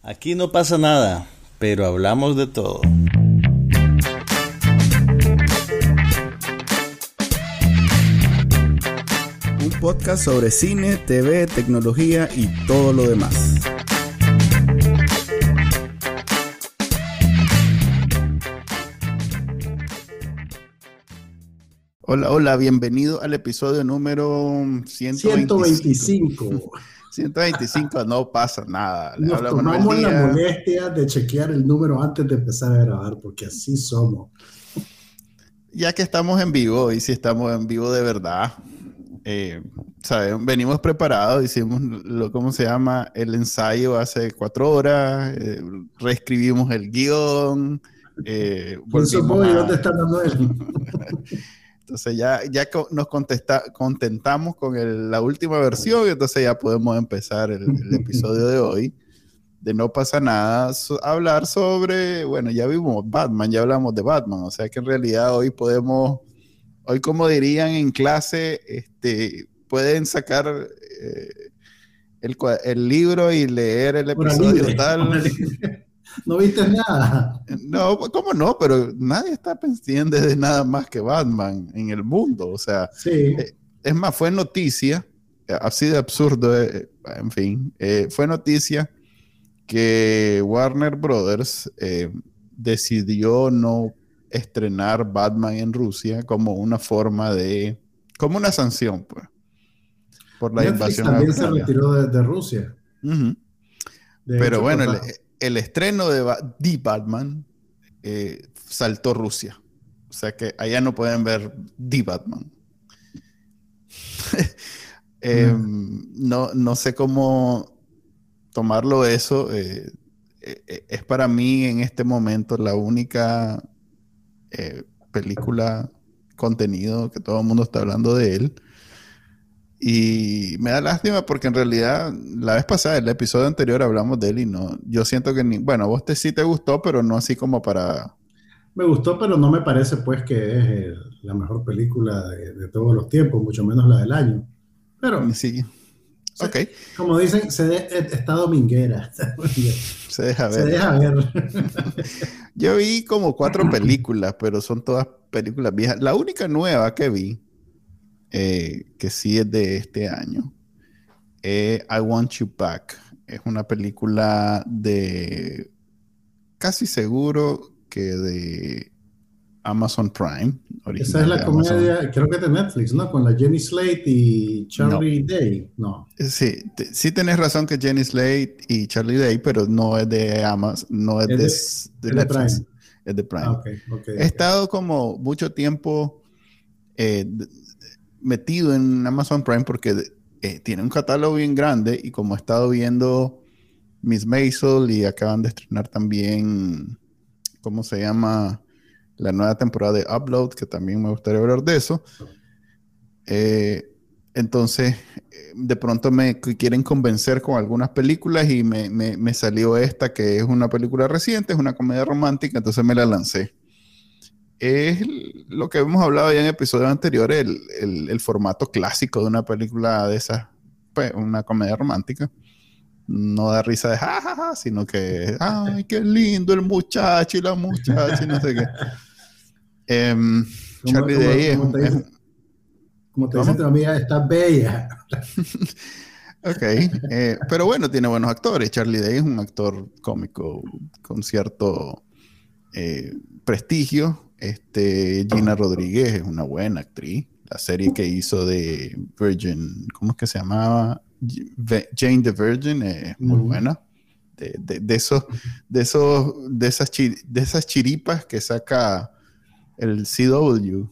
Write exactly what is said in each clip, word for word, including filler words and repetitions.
Aquí no pasa nada, pero hablamos de todo. Un podcast sobre cine, T V, tecnología y todo lo demás. Hola, hola, bienvenido al episodio número ciento veinticinco. ciento veinticinco, no pasa nada. Le Nos tomamos la molestia de chequear el número antes de empezar a grabar, porque así somos. Ya que estamos en vivo, y si estamos en vivo de verdad, eh, ¿saben? Venimos preparados, hicimos lo, ¿cómo se llama? El ensayo hace cuatro horas, eh, reescribimos el guión. Eh, ¿Quién sos vos y dónde está Manuel? Entonces ya, ya nos contesta, contentamos con el, la última versión, y entonces ya podemos empezar el, el episodio de hoy, de No Pasa Nada, so, hablar sobre, bueno, ya vimos Batman, ya hablamos de Batman, o sea que en realidad hoy podemos, hoy como dirían en clase, este, pueden sacar eh, el, el libro y leer el episodio tal. ¿No viste nada? No, ¿cómo no? Pero nadie está pendiente de nada más que Batman en el mundo. O sea, sí. eh, es más, fue noticia, así de absurdo, eh, en fin, eh, fue noticia que Warner Brothers eh, decidió no estrenar Batman en Rusia como una forma de, como una sanción, pues, por la Netflix invasión también a Ucrania. se retiró de, de Rusia. Uh-huh. De Pero hecho, bueno, el, el estreno de ba- The Batman eh, saltó Rusia. O sea que allá no pueden ver The Batman. eh, no, no sé cómo tomarlo eso. Eh, eh, es para mí en este momento la única eh, película, contenido que todo el mundo está hablando de él. Y me da lástima porque en realidad la vez pasada, el episodio anterior hablamos de él y no, yo siento que ni, bueno, a vos te, sí te gustó, pero no así como para... Me gustó, pero no me parece pues que es eh, la mejor película de, de todos los tiempos, mucho menos la del año. Pero sí, se, ok. Como dicen, se de, está dominguera. Se deja ver. Se deja ver. Yo vi como cuatro películas, pero son todas películas viejas. La única nueva que vi, eh, que sí es de este año, eh, I Want You Back. Es una película de, casi seguro que de Amazon Prime. Esa es la comedia, creo que es de Netflix, ¿no? Con la Jenny Slate y Charlie no. Day, ¿no? Sí, te, sí tenés razón que Jenny Slate y Charlie Day, pero no es de Amazon, no es, es de, de, de, Netflix, de Prime. Es de Prime. Ah, okay, okay, He okay. estado como mucho tiempo eh, metido en Amazon Prime porque eh, tiene un catálogo bien grande, y como he estado viendo Miss Maisel y acaban de estrenar también, ¿cómo se llama? La nueva temporada de Upload, que también me gustaría hablar de eso. Eh, entonces, de pronto me quieren convencer con algunas películas y me, me, me salió esta, que es una película reciente, es una comedia romántica, entonces me la lancé. Es lo que hemos hablado ya en episodios anteriores, el, el, el formato clásico de una película de esas, pues, una comedia romántica. No da risa de jajaja, ja, ja, sino que, ay, qué lindo el muchacho y la muchacha y no sé qué. Um, Charlie como, Day como es, te dice, es como te dice tu amiga, está bella. Ok, eh, pero bueno, tiene buenos actores. Charlie Day es un actor cómico con cierto eh, prestigio. Este, Gina Rodríguez es una buena actriz. La serie que hizo de Virgin, ¿cómo es que se llamaba? Jane the Virgin, es muy uh-huh. buena. De, de, de, esos, de, esos, de, esas chir, de esas chiripas que saca el C W.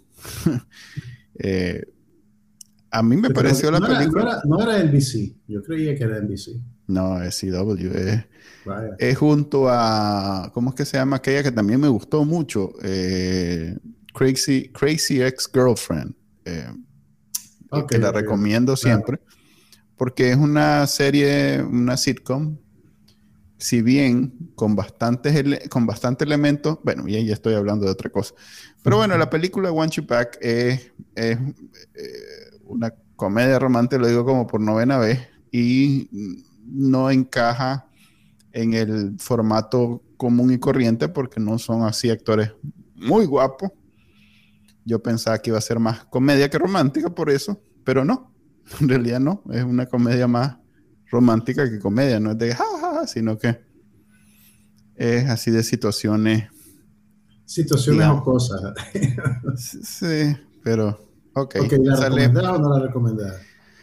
eh, a mí me Pero pareció no la era, película. No era, no era N B C. Yo creía que era N B C. No, es C W. Es, es junto a. ¿Cómo es que se llama aquella que también me gustó mucho? Eh, Crazy, Crazy Ex-Girlfriend. Eh, okay, que la okay, recomiendo okay. siempre. Claro. Porque es una serie, una sitcom. Si bien con bastantes ele- con bastante elementos, bueno, ya, ya estoy hablando de otra cosa. Pero bueno, la película Want You Back es, es eh, una comedia romántica, lo digo como por novena vez, y no encaja en el formato común y corriente porque no son así actores muy guapos. Yo pensaba que iba a ser más comedia que romántica por eso, pero no, en realidad no, es una comedia más romántica que comedia, no es de jajaja, sino que es así de situaciones. Situaciones o cosas. Sí, pero ok. Ok, ¿la recomendada o no la recomendada?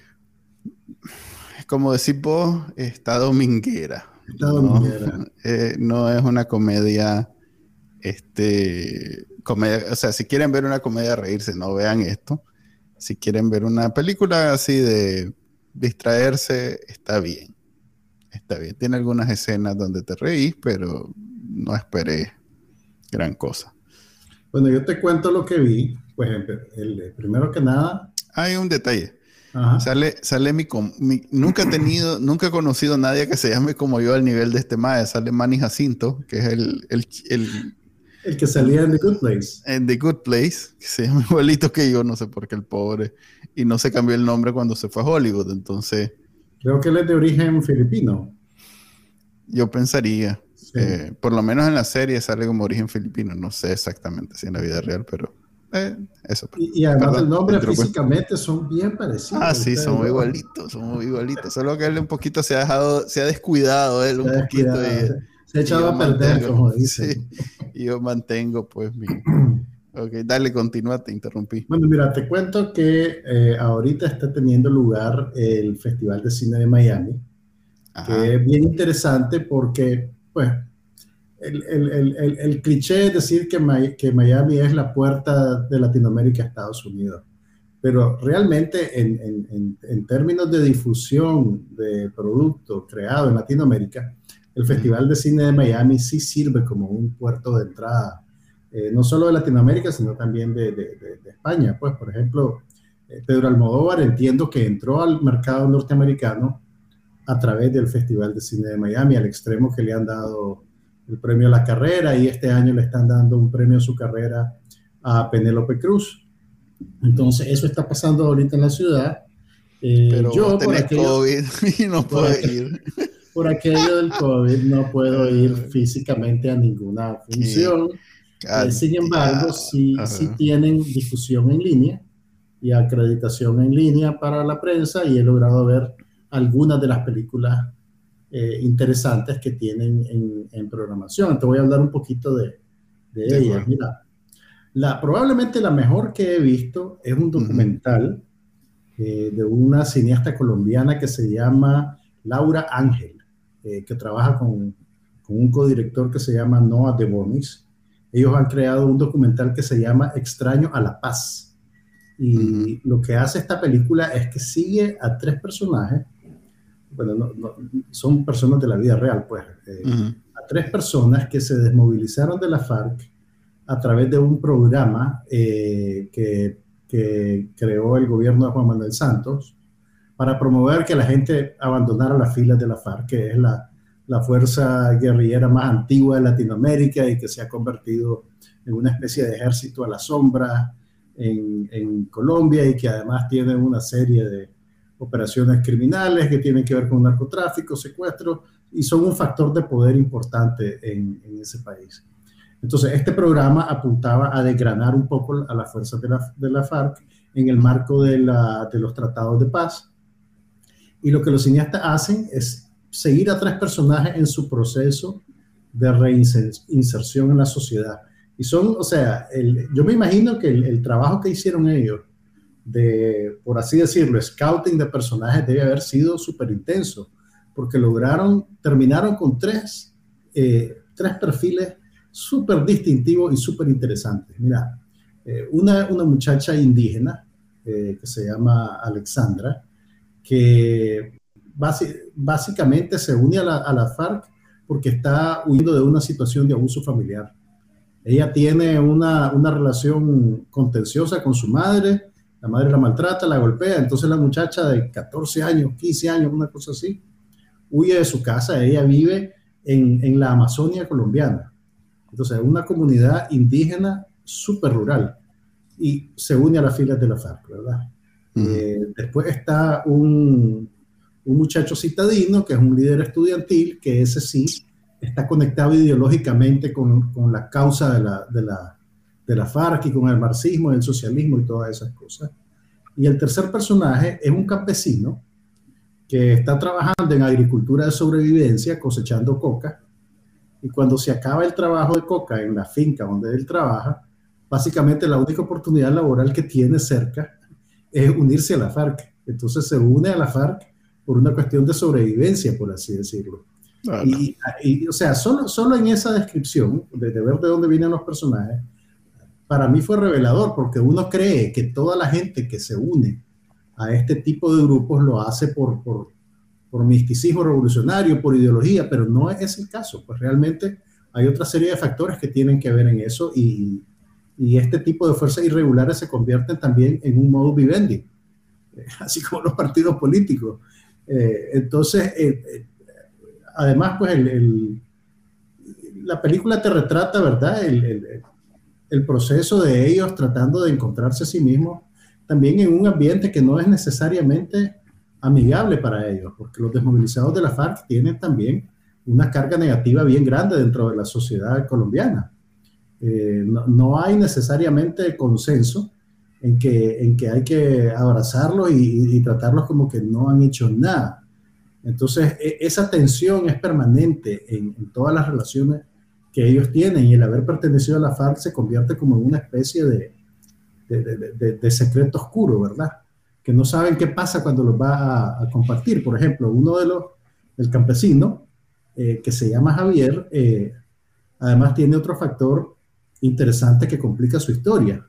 Como decís vos, está dominguera. Está dominguera. No, eh, no es una comedia, este, comedia, o sea, si quieren ver una comedia reírse, no vean esto. Si quieren ver una película así de distraerse, está bien. Está bien. Tiene algunas escenas donde te reís, pero no esperé gran cosa. Bueno, yo te cuento lo que vi. Pues el, el, primero que nada. Hay un detalle. Ajá. Sale, sale mi, mi... Nunca he tenido, nunca he conocido a nadie que se llame como yo al nivel de este mae. Sale Manny Jacinto, que es el... El, el, el que salía en The Good Place. En The Good Place, que se llama igualito que yo, no sé por qué el pobre. Y no se cambió el nombre cuando se fue a Hollywood, entonces... Creo que él es de origen filipino. Yo pensaría. Sí. Eh, por lo menos en la serie sale como origen filipino. No sé exactamente si en la vida real, pero... Eh, eso. Y, y además Perdón, el nombre físicamente son bien parecidos. Ah, sí, son muy igualitos, son muy igualitos. Solo que él un poquito se ha dejado, se ha descuidado él un poquito. Y, se ha echado a perder, como dicen. Sí, y yo mantengo pues mi... Ok, dale, continúa, te interrumpí. Bueno, mira, te cuento que eh, ahorita está teniendo lugar el Festival de Cine de Miami, Ajá. que es bien interesante porque, pues, El, el, el, el cliché es decir que, May, que Miami es la puerta de Latinoamérica a Estados Unidos, pero realmente en, en, en, en términos de difusión de producto creado en Latinoamérica, el Festival de Cine de Miami sí sirve como un puerto de entrada, eh, no solo de Latinoamérica, sino también de, de, de, de España. Pues, por ejemplo, eh, Pedro Almodóvar entiendo que entró al mercado norteamericano a través del Festival de Cine de Miami, al extremo que le han dado el premio a la carrera, y este año le están dando un premio a su carrera a Penélope Cruz. Entonces, eso está pasando ahorita en la ciudad. Eh, Pero yo vos tenés aquello, COVID y no puedo ir. Por aquello del COVID no puedo ir físicamente a ninguna función. Eh, sin embargo, sí, sí tienen difusión en línea y acreditación en línea para la prensa, y he logrado ver algunas de las películas Eh, interesantes que tienen en, en programación. Te voy a hablar un poquito de, de, de ellas. Mira, la, probablemente la mejor que he visto es un documental uh-huh. eh, de una cineasta colombiana que se llama Laura Ángel, eh, que trabaja con, con un codirector que se llama Noah de Bonis. Ellos han creado un documental que se llama Extraño a la Paz. Y uh-huh. lo que hace esta película es que sigue a tres personajes. Bueno, no, no, son personas de la vida real, pues, eh, uh-huh. a tres personas que se desmovilizaron de la FARC a través de un programa eh, que, que creó el gobierno de Juan Manuel Santos para promover que la gente abandonara las filas de la FARC, que es la, la fuerza guerrillera más antigua de Latinoamérica y que se ha convertido en una especie de ejército a la sombra en, en Colombia, y que además tiene una serie de operaciones criminales que tienen que ver con narcotráfico, secuestro, y son un factor de poder importante en, en ese país. Entonces, este programa apuntaba a desgranar un poco a las fuerzas de la, de la FARC en el marco de, la, de los tratados de paz. Y lo que los cineastas hacen es seguir a tres personajes en su proceso de reinserción en la sociedad. Y son, o sea, el, yo me imagino que el, el trabajo que hicieron ellos de, por así decirlo, scouting de personajes debe haber sido súper intenso, porque lograron, terminaron con tres, eh, tres perfiles súper distintivos y súper interesantes. Mira, eh, una, una muchacha indígena eh, que se llama Alexandra, que basi- básicamente se une a la, a la FARC porque está huyendo de una situación de abuso familiar. Ella tiene una, una relación contenciosa con su madre. La madre la maltrata, la golpea, entonces la muchacha de catorce años, quince años, una cosa así, huye de su casa. Ella vive en, en la Amazonia colombiana. Entonces es una comunidad indígena súper rural y se une a las filas de la FARC, ¿verdad? Uh-huh. Eh, después está un, un muchacho citadino, que es un líder estudiantil, que ese sí está conectado ideológicamente con, con la causa de la, de, la, de la FARC y con el marxismo, el socialismo y todas esas cosas. Y el tercer personaje es un campesino que está trabajando en agricultura de sobrevivencia, cosechando coca, y cuando se acaba el trabajo de coca en la finca donde él trabaja, básicamente la única oportunidad laboral que tiene cerca es unirse a la FARC. Entonces se une a la FARC por una cuestión de sobrevivencia, por así decirlo. Claro. Y, y, o sea, solo, solo en esa descripción, de, de ver de dónde vienen los personajes, para mí fue revelador, porque uno cree que toda la gente que se une a este tipo de grupos lo hace por, por, por misticismo revolucionario, por ideología, pero no es el caso. Pues realmente hay otra serie de factores que tienen que ver en eso, y, y este tipo de fuerzas irregulares se convierten también en un modus vivendi, así como los partidos políticos. Eh, entonces, eh, eh, además, pues el, el, la película te retrata, ¿verdad?, el, el, el proceso de ellos tratando de encontrarse a sí mismos, también en un ambiente que no es necesariamente amigable para ellos, porque los desmovilizados de la FARC tienen también una carga negativa bien grande dentro de la sociedad colombiana. Eh, no, no hay necesariamente consenso en que, en que hay que abrazarlos y, y tratarlos como que no han hecho nada. Entonces, e, esa tensión es permanente en, en todas las relaciones que ellos tienen, y el haber pertenecido a la FARC se convierte como en una especie de, de, de, de, de secreto oscuro, ¿verdad? Que no saben qué pasa cuando los va a, a compartir. Por ejemplo, uno de los, el campesino, eh, que se llama Javier, eh, además tiene otro factor interesante que complica su historia.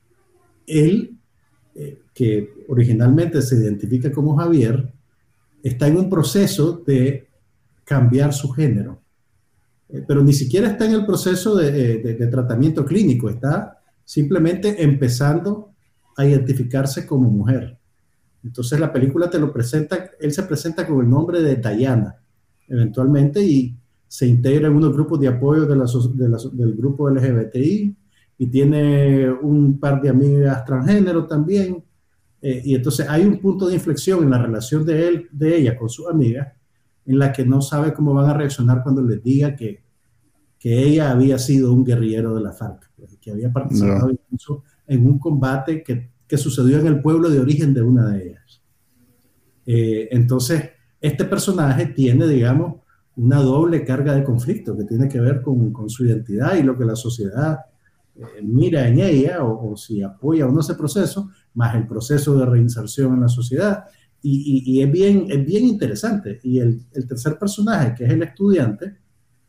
Él, eh, que originalmente se identifica como Javier, está en un proceso de cambiar su género, eh, pero ni siquiera está en el proceso de, de, de tratamiento clínico, está simplemente empezando a identificarse como mujer. Entonces la película te lo presenta, él se presenta con el nombre de Diana, eventualmente, y se integra en unos grupos de apoyo de la, de la, del grupo L G B T I, y tiene un par de amigas transgénero también, eh, y entonces hay un punto de inflexión en la relación de él, de ella con su amiga, en la que no sabe cómo van a reaccionar cuando les diga que, que ella había sido un guerrillero de la FARC, que había participado no. incluso en un combate que, que sucedió en el pueblo de origen de una de ellas. Eh, entonces, este personaje tiene, digamos, una doble carga de conflicto que tiene que ver con, con su identidad y lo que la sociedad eh, mira en ella, o, o si apoya o no ese proceso, más el proceso de reinserción en la sociedad. Y, y, y es, bien, es bien interesante. Y el, el tercer personaje, que es el estudiante,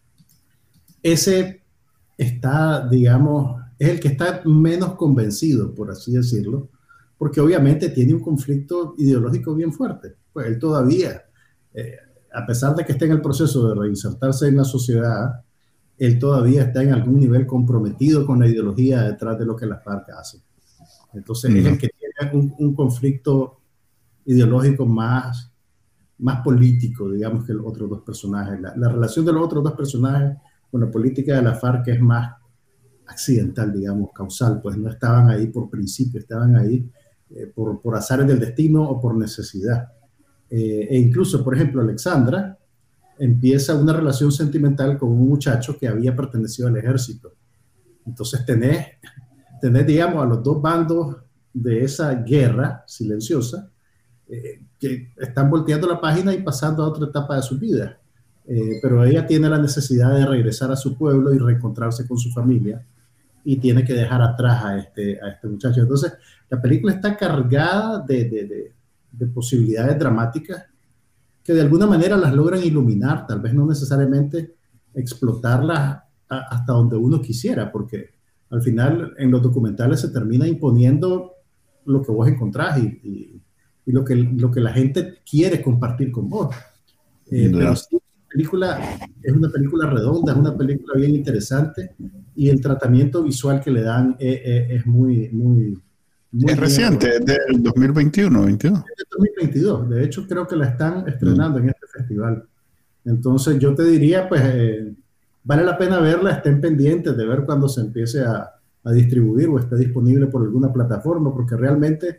ese está, digamos, es el que está menos convencido, por así decirlo, porque obviamente tiene un conflicto ideológico bien fuerte. Pues él todavía, eh, a pesar de que esté en el proceso de reinsertarse en la sociedad, él todavía está en algún nivel comprometido con la ideología detrás de lo que la FARC hace. Entonces mm. es el que tiene un, un conflicto ideológico más, más político, digamos, que los otros dos personajes. La, la relación de los otros dos personajes con la política de la FARC es más accidental, digamos, causal, pues no estaban ahí por principio, estaban ahí eh, por, por azares del destino o por necesidad. Eh, e incluso, por ejemplo, Alexandra empieza una relación sentimental con un muchacho que había pertenecido al ejército. Entonces tenés, tenés, digamos, a los dos bandos de esa guerra silenciosa eh, que están volteando la página y pasando a otra etapa de su vida. Eh, pero ella tiene la necesidad de regresar a su pueblo y reencontrarse con su familia, y tiene que dejar atrás a este, a este muchacho. Entonces, la película está cargada de, de, de, de posibilidades dramáticas que de alguna manera las logran iluminar, tal vez no necesariamente explotarlas a, hasta donde uno quisiera, porque al final en los documentales se termina imponiendo lo que vos encontrás y, y, y lo, que, lo que la gente quiere compartir con vos. Eh, pero sí, la película es una película redonda, es una película bien interesante, y el tratamiento visual que le dan es, es, es muy, muy, muy... Es reciente, es del dos mil veintiuno, veintidós. Es del dos mil veintidós, de hecho creo que la están estrenando mm. en este festival. Entonces yo te diría, pues, eh, vale la pena verla, estén pendientes de ver cuando se empiece a, a distribuir o esté disponible por alguna plataforma, porque realmente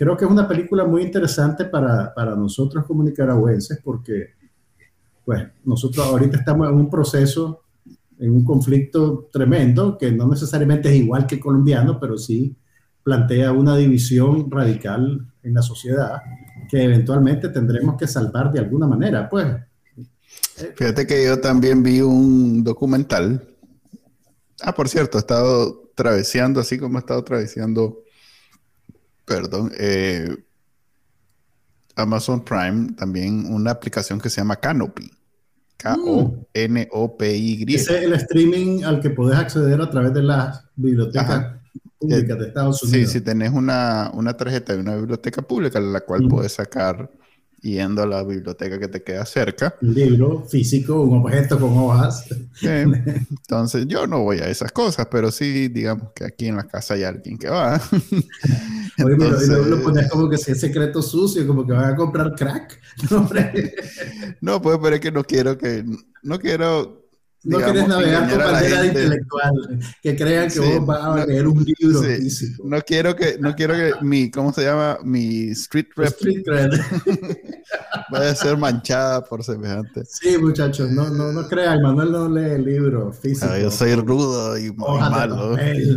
creo que es una película muy interesante para, para nosotros como nicaragüenses, porque pues nosotros ahorita estamos en un proceso, en un conflicto tremendo, que no necesariamente es igual que el colombiano, pero sí plantea una división radical en la sociedad que eventualmente tendremos que salvar de alguna manera, pues. Fíjate que yo también vi un documental. Ah, por cierto, he estado traveseando, así como he estado traveseando, perdón, eh, Amazon Prime, también una aplicación que se llama Kanopy. K O N O P Y. Ese es el streaming al que podés acceder a través de las bibliotecas Ajá. públicas de Estados Unidos. Sí, si tenés una, una tarjeta de una biblioteca pública, la cual mm. puedes sacar yendo a la biblioteca que te queda cerca. Un libro físico, un objeto con hojas. Sí. Entonces, yo no voy a esas cosas, pero sí, digamos que aquí en la casa hay alguien que va. Oye, Entonces, y luego lo pones como que si es secreto sucio, como que van a comprar crack. No, no pues, pero es que no quiero que... No quiero... No digamos, quieres navegar con bandera de intelectual, que crean que sí, vos vas a leer no, un libro sí, físico. No quiero que, no quiero que mi, ¿cómo se llama? Mi street rep street cred vaya a ser manchada por semejante. Sí, muchachos, no, no, no crean, Manuel no lee el libro físico. Ah, yo soy rudo y muy malo.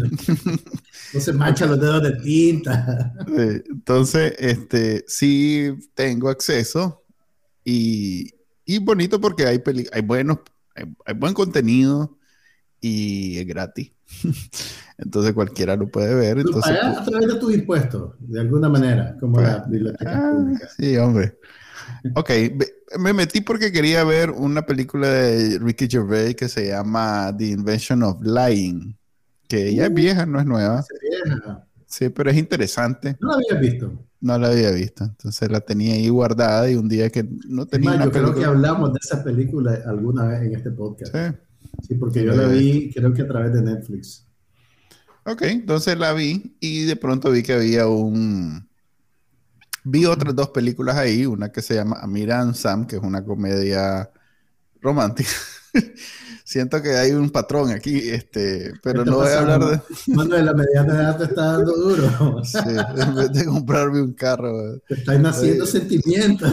No se manchan los dedos de tinta. Sí, entonces, este, sí tengo acceso y, y bonito porque hay, peli hay buenos Hay, hay buen contenido y es gratis. Entonces cualquiera lo puede ver. ¿Tú entonces, pagas a través de tus impuestos? De alguna manera, como pues, la biblioteca ah, pública. Sí, hombre. Ok, me metí porque quería ver una película de Ricky Gervais que se llama The Invention of Lying, que ya uh, es vieja, no es nueva. Es vieja. Sí, pero es interesante. ¿No la habías visto? No la había visto, entonces la tenía ahí guardada y un día que no tenía más, una yo película... creo que hablamos de esa película alguna vez en este podcast. Sí. Sí, porque yo la vi, creo que a través de Netflix. Ok, entonces la vi y de pronto vi que había un... Vi otras dos películas ahí, una que se llama Amir and Sam, que es una comedia romántica. Siento que hay un patrón aquí, este, pero no voy a hablar de... Manuel, la mediana edad te está dando duro. Sí, en vez de comprarme un carro. Te están naciendo estoy... sentimientos.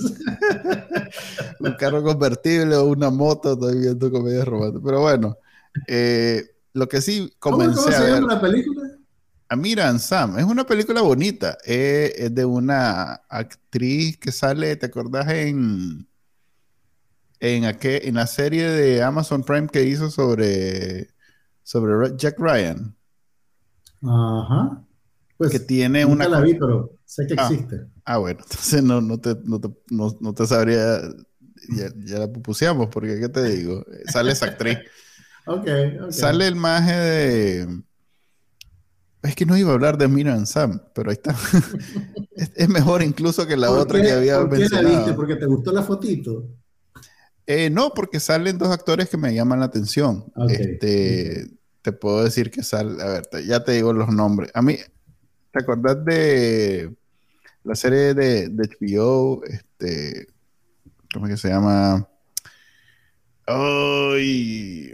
Un carro convertible o una moto, estoy viendo comedias románticas. Pero bueno, eh, lo que sí comencé ¿Cómo, cómo a se ver... llama la película? Amir and Sam, es una película bonita. Eh, es de una actriz que sale, ¿te acordás en... En, aquel, en la serie de Amazon Prime que hizo sobre, sobre Jack Ryan? Ajá. Pues que tiene nunca una... la vi, pero sé que ah, existe. Ah, bueno, entonces no, no, te, no, te, no, no te sabría... Ya, ya la pupuseamos, porque ¿qué te digo? Sale esa actriz. Okay, ok. Sale el maje de... Es que no iba a hablar de Amir and Sam, pero ahí está. es, es mejor incluso que la otra qué, que había ¿por mencionado. ¿Por qué la viste? ¿Porque te gustó la fotito? Eh, no, porque salen dos actores que me llaman la atención. Okay. Este, okay. Te puedo decir que sale... A ver, te, ya te digo los nombres. A mí, ¿te acordás de la serie de, de H B O? Este, ¿cómo es que se llama? ¡Ay!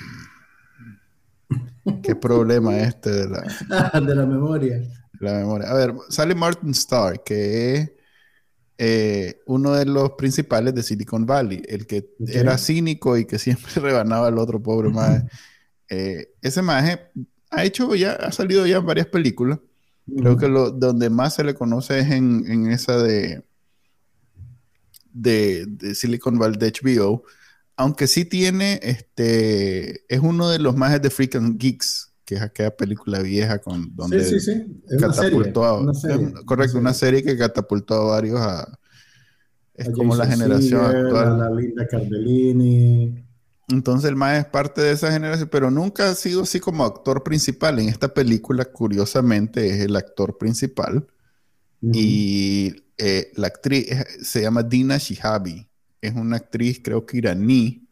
¿Qué problema este de la... de la memoria. De la memoria. A ver, sale Martin Starr, que es eh, uno de los principales de Silicon Valley, el que okay. era cínico y que siempre rebanaba al otro pobre maje. eh, ese maje ha hecho ya, ha salido ya en varias películas. Mm. Creo que lo, donde más se le conoce es en, en esa de, de, de Silicon Valley de H B O. Aunque sí tiene, este, es uno de los majes de Freaks and Geeks, que es aquella película vieja con donde sí, sí, sí. Es catapultó una serie, a, una serie, es, correcto, una serie. una serie que catapultó a varios a, es a como Jason la generación Seager, actual. A la Linda Cardellini. Entonces el maje es parte de esa generación, pero nunca ha sido así como actor principal. En esta película, curiosamente, es el actor principal. Uh-huh. Y eh, la actriz es, se llama Dina Shihabi. Es una actriz, creo que iraní,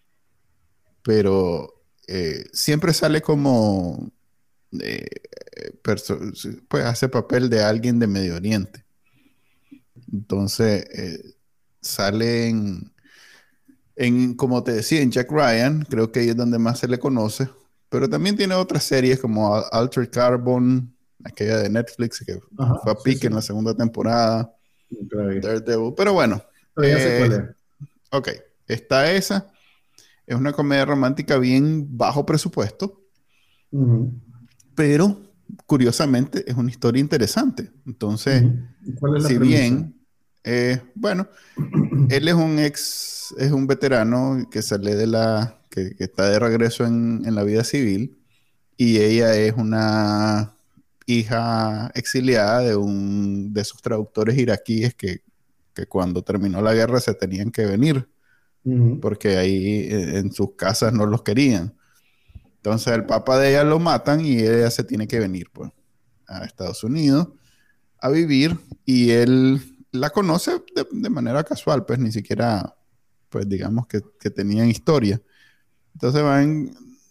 pero eh, siempre sale como, eh, pues hace papel de alguien de Medio Oriente. Entonces, eh, sale en, en, como te decía, en Jack Ryan, creo que ahí es donde más se le conoce, pero también tiene otras series como Altered Carbon, aquella de Netflix que Ajá, fue a pique sí, sí. en la segunda temporada. Daredevil, pero bueno. Pero ya eh, sé cuál es. Ok, está esa. Es una comedia romántica bien bajo presupuesto, uh-huh. pero curiosamente es una historia interesante. Entonces, uh-huh. ¿Cuál es la si premisa? bien, eh, bueno, él es un ex, es un veterano que sale de la, que, que está de regreso en, en la vida civil, y ella es una hija exiliada de un de esos traductores iraquíes que, que cuando terminó la guerra se tenían que venir. Uh-huh. Porque ahí en sus casas no los querían. Entonces el papá de ella lo matan y ella se tiene que venir pues, a Estados Unidos a vivir, y él la conoce de, de manera casual, pues ni siquiera, pues digamos que, que tenían historia. Entonces van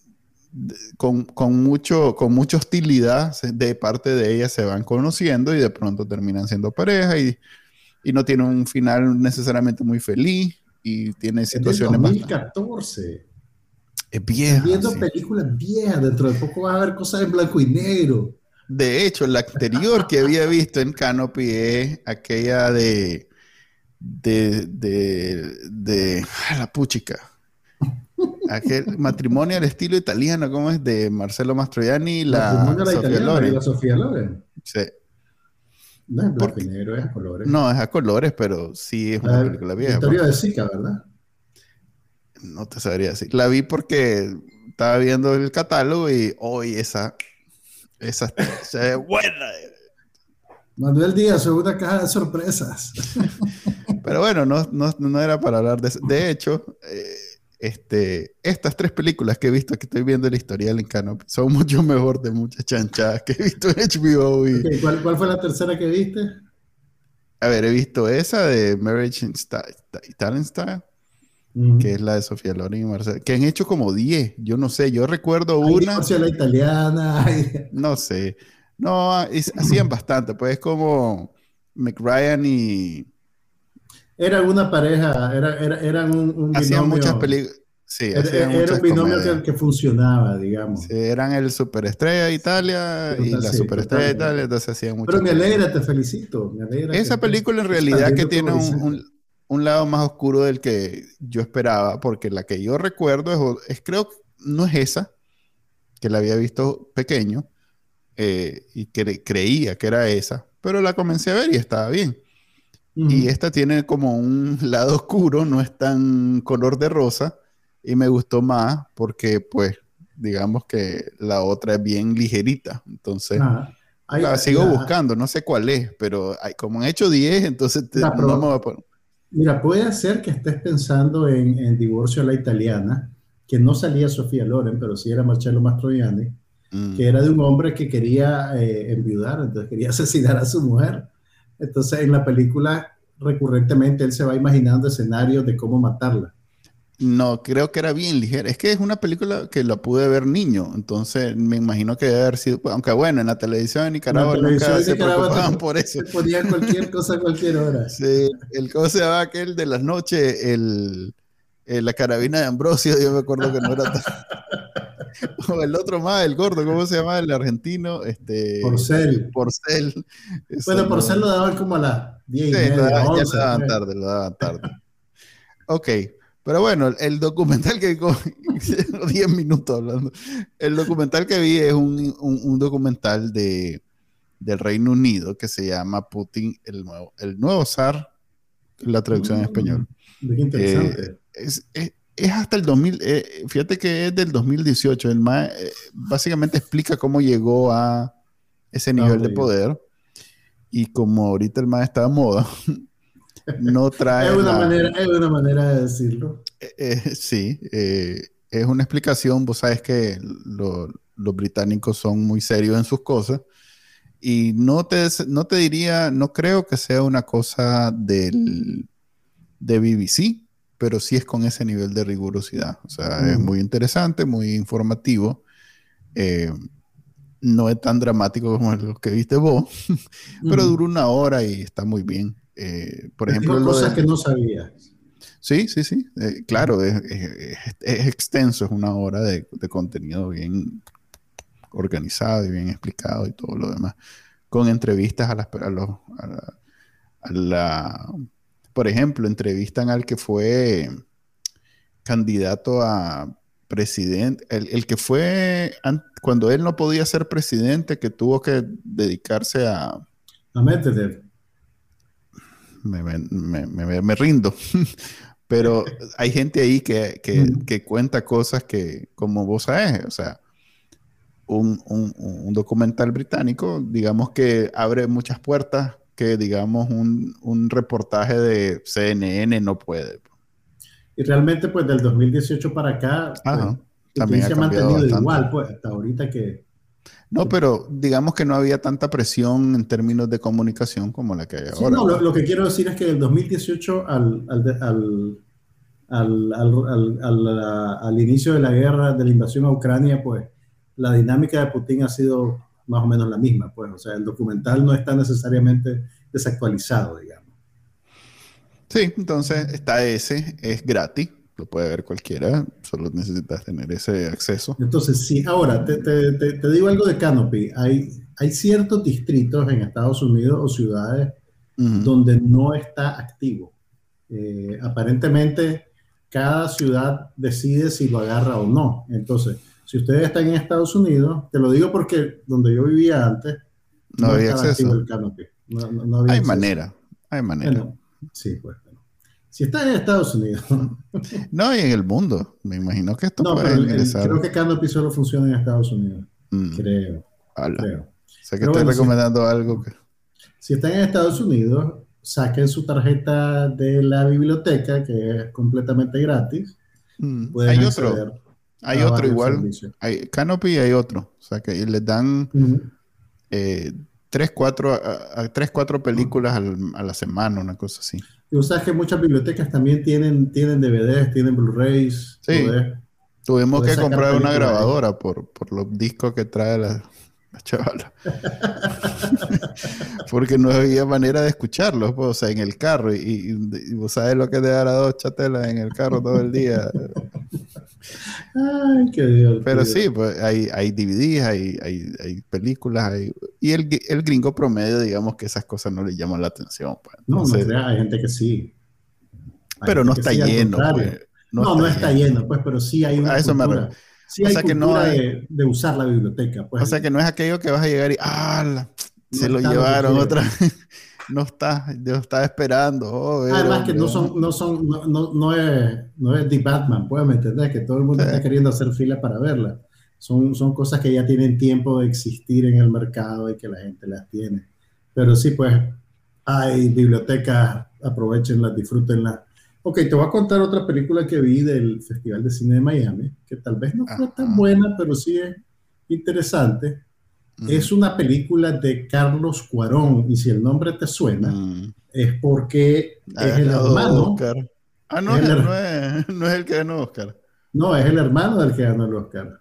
con, con, mucho, con mucha hostilidad de parte de ella, se van conociendo y de pronto terminan siendo pareja, y, y no tiene un final necesariamente muy feliz. Y tiene situaciones es del dos mil catorce. Bastante... Es vieja. Estás viendo sí. películas viejas. Dentro de poco vas a ver cosas en blanco y negro. De hecho, la anterior que había visto en Canopy es aquella de... De... De... de ah, la puchica. Aquel matrimonio al estilo italiano, ¿cómo es? De Marcello Mastroianni y la, la Sofía Loren. La Sofía Loren. Sí. No es blanco y negro, es a colores. No, es a colores, pero sí es una la, película vieja. La historia de Zika, ¿verdad? No te sabría decir. La vi porque estaba viendo el catálogo y hoy oh, esa, esa se ve buena. Manuel Díaz, una caja de sorpresas. Pero bueno, no, no, no era para hablar de eso. De hecho, eh, este, estas tres películas que he visto, que estoy viendo el historial en Canopy, son mucho mejor de muchas chanchadas que he visto en H B O. Y... Okay, ¿cuál, ¿Cuál fue la tercera que viste? A ver, he visto esa de Marriage in Style, Italian Style, uh-huh. que es la de Sofía Loren y Marcel, que han hecho como diez, yo no sé, yo recuerdo Ay, una... la italiana. No sé, no, hacían bastante, pues es como McRyan y... Eran una pareja, era, era, eran un, un binomio... Hacían muchas películas, sí, era, hacían era muchas un binomio que, que funcionaba, digamos. Sí, eran el Superestrella de Italia sí, y la sí, Superestrella de Italia, entonces hacían muchas Pero me alegra, te felicito, me alegra. Esa que película en realidad que tiene un, un, un lado más oscuro del que yo esperaba, porque la que yo recuerdo es, es creo que no es esa, que la había visto pequeño, eh, y que creía que era esa, pero la comencé a ver y estaba bien. Uh-huh. Y esta tiene como un lado oscuro, no es tan color de rosa, y me gustó más porque, pues, digamos que la otra es bien ligerita. Entonces, ah, hay, la sigo la, buscando, no sé cuál es, pero hay, como han hecho diez, entonces te, la, no me voy a poner. Mira, puede ser que estés pensando en, en Divorcio a la Italiana, que no salía Sofía Loren, pero sí era Marcello Mastroianni, mm. que era de un hombre que quería eh, enviudar, entonces quería asesinar a su mujer. Entonces, en la película, recurrentemente, él se va imaginando escenarios de cómo matarla. No, creo que era bien ligera. Es que es una película que la pude ver niño, entonces me imagino que debe haber sido... Aunque bueno, en la televisión de Nicaragua la televisión nunca de se Nicaragua preocupaban te, por eso. Se ponía cualquier cosa a cualquier hora. Sí, el cómo se llamaba aquel de las noches, el, el, la carabina de Ambrosio, yo me acuerdo que no era tan... O el otro más, el gordo, ¿cómo se llama? El argentino, este... Porcel. Porcel. Bueno, Porcel no... lo daban como a las diez y sí, media, lo daban, once. Ya lo daban tarde, lo daban tarde. Ok, pero bueno, el documental que... diez minutos hablando. El documental que vi es un, un, un documental de, del Reino Unido que se llama Putin, el nuevo, el nuevo zar, la traducción mm, en español. Qué interesante. Eh, es... es Es hasta el dos mil, eh, fíjate que es del dos mil dieciocho. El M A E eh, básicamente explica cómo llegó a ese nivel oh, de poder. Dios. Y como ahorita el M A E está de moda, no trae. es, una la, manera, es una manera de decirlo. Eh, eh, sí, eh, es una explicación. Vos sabes que lo, los británicos son muy serios en sus cosas. Y no te, no te diría, no creo que sea una cosa del, de B B C. Pero sí es con ese nivel de rigurosidad. O sea, mm. es muy interesante, muy informativo. Eh, no es tan dramático como lo que viste vos, mm. pero dura una hora y está muy bien. Eh, por Te ejemplo, digo cosas de... que no sabía. Sí, sí, sí. Eh, claro, es, es, es extenso, es una hora de, de contenido bien organizado y bien explicado y todo lo demás, con entrevistas a las a los a la, a la por ejemplo, entrevistan al que fue candidato a presidente, el, el que fue cuando él no podía ser presidente, que tuvo que dedicarse a a Medvedev. Me, me, me, me, me rindo. Pero hay gente ahí que, que, mm. que cuenta cosas que, como vos sabés, o sea, un, un, un documental británico, digamos que abre muchas puertas que, digamos, un, un reportaje de C N N no puede. Y realmente, pues, del dos mil dieciocho para acá, Ajá, pues, también se ha mantenido bastante. Igual, pues, hasta ahorita que... No, pero digamos que no había tanta presión en términos de comunicación como la que hay sí, ahora. No, lo, lo que quiero decir es que del dos mil dieciocho al, al, al, al, al, al, al, al inicio de la guerra, de la invasión a Ucrania, pues la dinámica de Putin ha sido más o menos la misma. Pues, o sea, el documental no está necesariamente desactualizado, digamos. Sí, entonces está ese, es gratis. Lo puede ver cualquiera, solo necesitas tener ese acceso. Entonces, sí, ahora te, te, te, te digo algo de Canopy. Hay, hay ciertos distritos en Estados Unidos o ciudades uh-huh. donde no está activo. Eh, aparentemente, cada ciudad decide si lo agarra o no. Entonces, si ustedes están en Estados Unidos, te lo digo porque donde yo vivía antes, no, no había acceso. Activo el Canopy. No, no, no había hay acceso. manera, hay manera. Bueno, sí, pues. Si estás en Estados Unidos. No, y en el mundo. Me imagino que esto no, puede pero ingresar. El, creo que Canopy solo funciona en Estados Unidos. Mm. Creo. creo. O sea que pero estoy bueno, recomendando si, algo que... Si están en Estados Unidos, saquen su tarjeta de la biblioteca, que es completamente gratis. Mm. Hay otro. Hay otro igual. Hay, Canopy hay otro. O sea que les dan uh-huh. eh, tres, cuatro, a, a, tres, cuatro películas al, a la semana, una cosa así. Y vos sabes que muchas bibliotecas también tienen, tienen D V Ds, tienen Blu-rays. Sí. Podés, Tuvimos que comprar una grabadora por, por los discos que trae la, la chavala. Porque no había manera de escucharlos, pues, o sea, en el carro. Y, y, y vos sabés lo que te da las dos chatelas en el carro todo el día. Ay, qué divertido. Pero sí, pues hay, hay D V Ds, hay, hay, hay películas, hay... y el, el gringo promedio, digamos que esas cosas no le llaman la atención. Pues. No, no, Entonces, no hay gente que sí. Hay pero no está sí, lleno. Pues. No, no, está, no está lleno. lleno, pues, pero sí hay una a eso cultura. Me... Sí o hay sea cultura que no hay... de, de usar la biblioteca. Pues. O sea que no es aquello que vas a llegar y ¡ah! La... No se lo llevaron lo otra no está, yo estaba esperando. Oh, ver, Además hombre. que no son, no son, no, no, no es, no es The Batman, puedes me entender que todo el mundo sí. está queriendo hacer fila para verla. Son, son cosas que ya tienen tiempo de existir en el mercado y que la gente las tiene. Pero sí, pues, hay bibliotecas, aprovechenlas, disfrútenlas. Ok, te voy a contar otra película que vi del Festival de Cine de Miami, que tal vez no fue Ajá. tan buena, pero sí es interesante. Mm. Es una película de Carlos Cuarón, y si el nombre te suena, mm. es porque ah, es el hermano. Oscar. Ah, no es, el, no, es, no es el que ganó Oscar. No, es el hermano del que ganó el Oscar.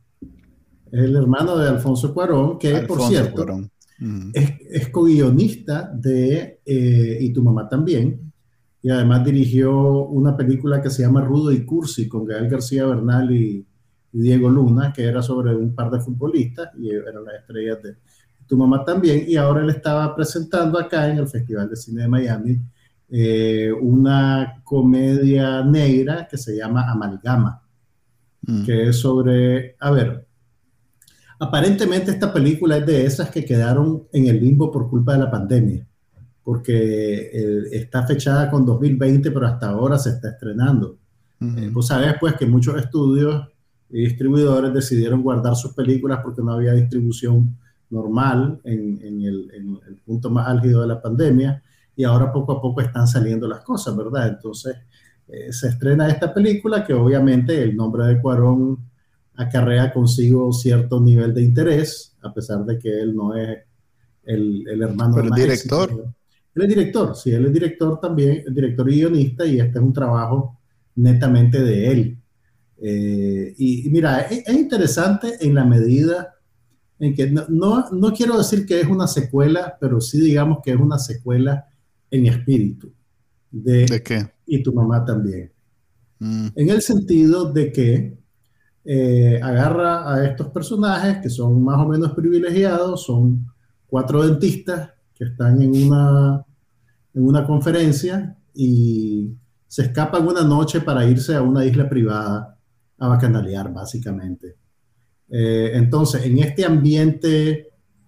Es el hermano de Alfonso Cuarón, que Alfonso por cierto mm. es, es co-guionista de eh, Y tu mamá también, y además dirigió una película que se llama Rudo y Cursi con Gael García Bernal y y Diego Luna, que era sobre un par de futbolistas, y eran las estrellas de Tu mamá también, y ahora él estaba presentando acá en el Festival de Cine de Miami eh, una comedia negra que se llama Amalgama, mm. que es sobre, a ver, aparentemente esta película es de esas que quedaron en el limbo por culpa de la pandemia, porque eh, está fechada con dos mil veinte, pero hasta ahora se está estrenando. Mm. Eh, vos sabés pues que muchos estudios y distribuidores decidieron guardar sus películas porque no había distribución normal en, en, el, en el punto más álgido de la pandemia, y ahora poco a poco están saliendo las cosas, ¿verdad? Entonces eh, se estrena esta película que obviamente el nombre de Cuarón acarrea consigo cierto nivel de interés, a pesar de que él no es el, el hermano Pero más el director. Éxito. Él es director, sí, él es director también, director y guionista, y este es un trabajo netamente de él. Eh, y, y mira, es, es interesante en la medida en que no, no, no quiero decir que es una secuela, pero sí digamos que es una secuela en espíritu. ¿De, ¿De qué? Y tu mamá también. Mm. En el sentido de que eh, agarra a estos personajes que son más o menos privilegiados, son cuatro dentistas que están en una, en una conferencia y se escapan una noche para irse a una isla privada a bacanalear, básicamente. Eh, entonces, en este ambiente,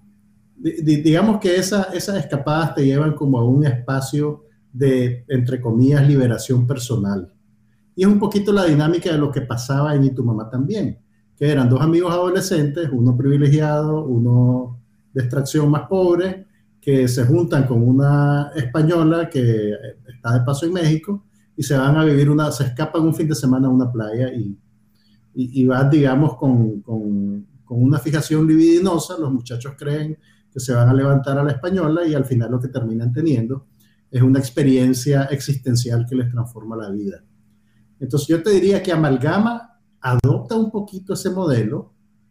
di, digamos que esa, esas escapadas te llevan como a un espacio de, entre comillas, liberación personal. Y es un poquito la dinámica de lo que pasaba en Y tu mamá también, que eran dos amigos adolescentes, uno privilegiado, uno de extracción más pobre, que se juntan con una española que está de paso en México y se van a vivir una, se escapan un fin de semana a una playa y, y, y van, digamos, con, con, con una fijación libidinosa. Los muchachos creen que se van a levantar a la española y al final lo que terminan teniendo es una experiencia existencial que les transforma la vida. Entonces yo te diría que Amalgama adopta un poquito ese modelo,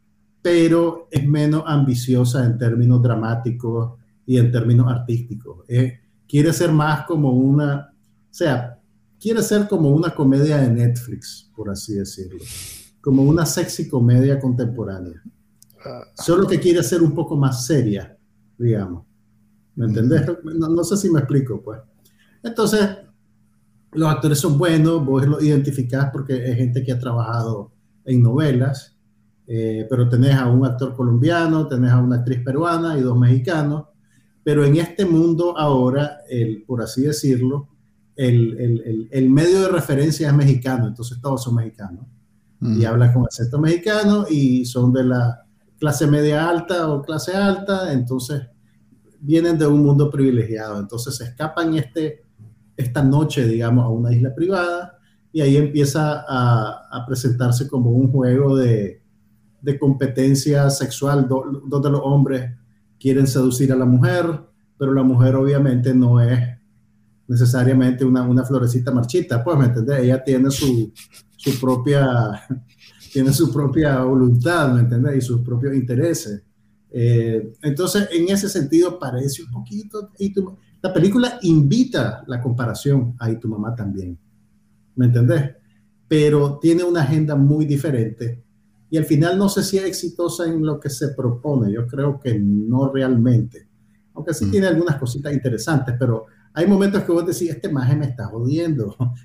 pero es menos ambiciosa en términos dramáticos y en términos artísticos. Eh, quiere ser más como una, o sea, quiere ser como una comedia de Netflix, por así decirlo, como una sexy comedia contemporánea. Solo que quiere ser un poco más seria, digamos. ¿Me entendés? No, no sé si me explico, pues. Entonces, los actores son buenos, vos los identificás porque es gente que ha trabajado en novelas, eh, pero tenés a un actor colombiano, tenés a una actriz peruana y dos mexicanos, pero en este mundo ahora, el, por así decirlo, el, el, el, el medio de referencia es mexicano, entonces todos son mexicanos, mm. y hablan con acento mexicano y son de la clase media alta o clase alta, entonces vienen de un mundo privilegiado, entonces se escapan este, esta noche, digamos, a una isla privada y ahí empieza a, a presentarse como un juego de, de competencia sexual do, donde los hombres quieren seducir a la mujer, pero la mujer obviamente no es necesariamente una, una florecita marchita, pues, ¿me entendés? Ella tiene su, su propia tiene su propia voluntad, ¿me entendés? Y sus propios intereses. Eh, entonces, en ese sentido, parece un poquito... Y tu, la película invita la comparación a Y tu mamá también, ¿me entendés? Pero tiene una agenda muy diferente. Y al final no sé si es exitosa en lo que se propone. Yo creo que no realmente. Aunque sí mm. tiene algunas cositas interesantes, pero hay momentos que vos decís, este maje me está jodiendo. o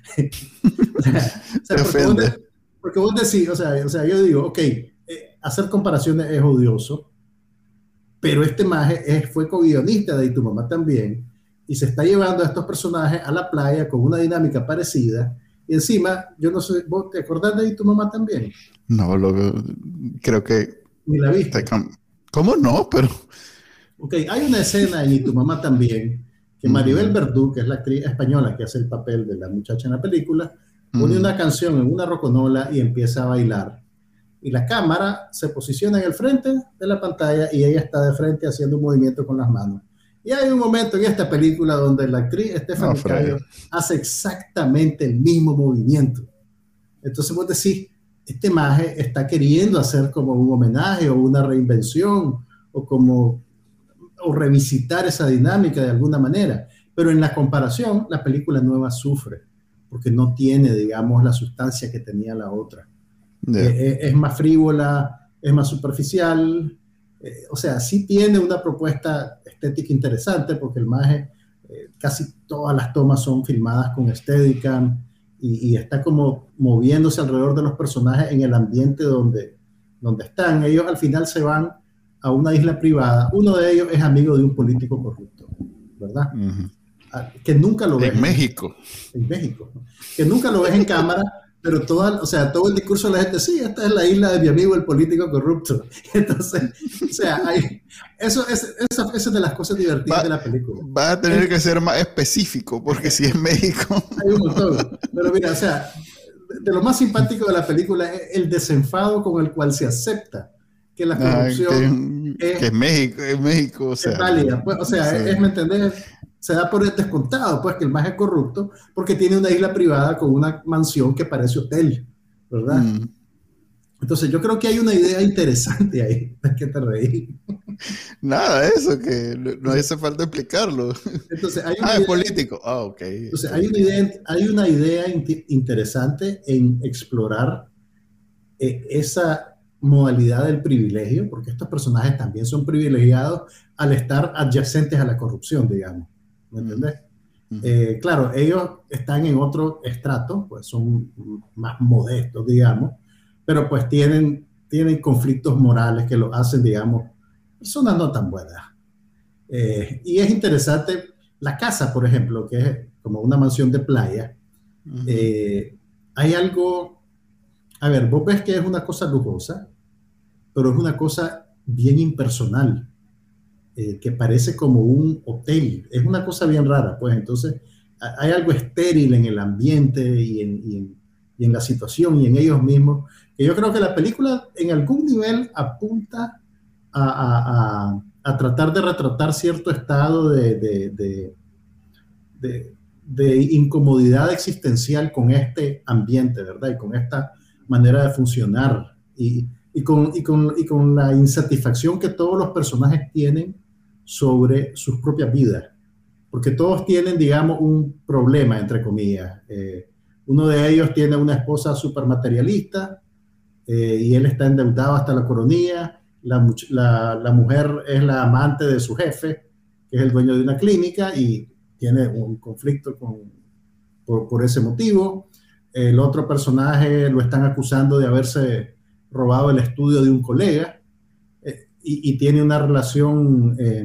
sea, o sea, porque, vos de, porque vos decís, o sea, o sea, yo digo, ok, eh, hacer comparaciones es odioso, pero este maje es, fue co-guionista de Y tu mamá también, y se está llevando a estos personajes a la playa con una dinámica parecida. Y encima, yo no sé, ¿vos te acordás de Y tu mamá también? No, lo, creo que... ¿Ni la viste? ¿Cómo no? Pero... Ok, hay una escena en Y tu mamá también, que Maribel Verdú, que es la actriz española que hace el papel de la muchacha en la película, pone una canción en una roconola y empieza a bailar. Y la cámara se posiciona en el frente de la pantalla y ella está de frente haciendo un movimiento con las manos. Y hay un momento en esta película donde la actriz Stephanie no, Cayo hace exactamente el mismo movimiento. Entonces vos decís, este maje está queriendo hacer como un homenaje o una reinvención o como o revisitar esa dinámica de alguna manera. Pero en la comparación, la película nueva sufre porque no tiene, digamos, la sustancia que tenía la otra. Yeah. Eh, es más frívola, es más superficial. Eh, o sea, sí tiene una propuesta estética interesante porque el maje, eh, casi todas las tomas son filmadas con Steadicam y, y está como moviéndose alrededor de los personajes en el ambiente donde, donde están. Ellos al final se van a una isla privada. Uno de ellos es amigo de un político corrupto, ¿verdad? Uh-huh. Que nunca lo ves en México. En México, ¿no? Que nunca lo ves en cámara. Pero toda, o sea, todo el discurso de la gente, sí, esta es la isla de mi amigo el político corrupto. Entonces, o sea, hay, eso, es, eso, eso es de las cosas divertidas va, de la película. Va a tener que ser más específico, porque si es México... Hay un montón. Pero mira, o sea, de lo más simpático de la película es el desenfado con el cual se acepta que la corrupción... Ah, que, es, que es México, es México, o sea... Es válida, pues, o sea, sí. es, es, ¿me entendés? Se da por descontado, pues, que el maje es corrupto porque tiene una isla privada con una mansión que parece hotel, ¿verdad? Mm. Entonces, yo creo que hay una idea interesante ahí. ¿De qué te reí? Nada, eso, que no, no hace falta explicarlo. Entonces, hay una ah, idea, es político. Ah, ok. Entonces, hay una idea, hay una idea interesante en explorar eh, esa modalidad del privilegio, porque estos personajes también son privilegiados al estar adyacentes a la corrupción, digamos. ¿Me entendés? Uh-huh. Eh, claro, ellos están en otro estrato, pues son más modestos, digamos, pero pues tienen, tienen conflictos morales que los hacen, digamos, personas no tan buenas. Eh, y es interesante, la casa, por ejemplo, que es como una mansión de playa, uh-huh. eh, hay algo, a ver, vos ves que es una cosa lujosa, pero es una cosa bien impersonal. Eh, que parece como un hotel, es una cosa bien rara, pues entonces hay algo estéril en el ambiente y en, y, en, y en la situación y en ellos mismos, que yo creo que la película en algún nivel apunta a, a, a, a tratar de retratar cierto estado de, de, de, de, de incomodidad existencial con este ambiente, ¿verdad? Y con esta manera de funcionar y, y, con, y, con, y con la insatisfacción que todos los personajes tienen sobre sus propias vidas, porque todos tienen, digamos, un problema, entre comillas. Eh, uno de ellos tiene una esposa súper materialista eh, y él está endeudado hasta la coronilla. La, la, la mujer es la amante de su jefe, que es el dueño de una clínica, y tiene un conflicto con, por, por ese motivo. El otro personaje lo están acusando de haberse robado el estudio de un colega. Y, y tiene una relación eh,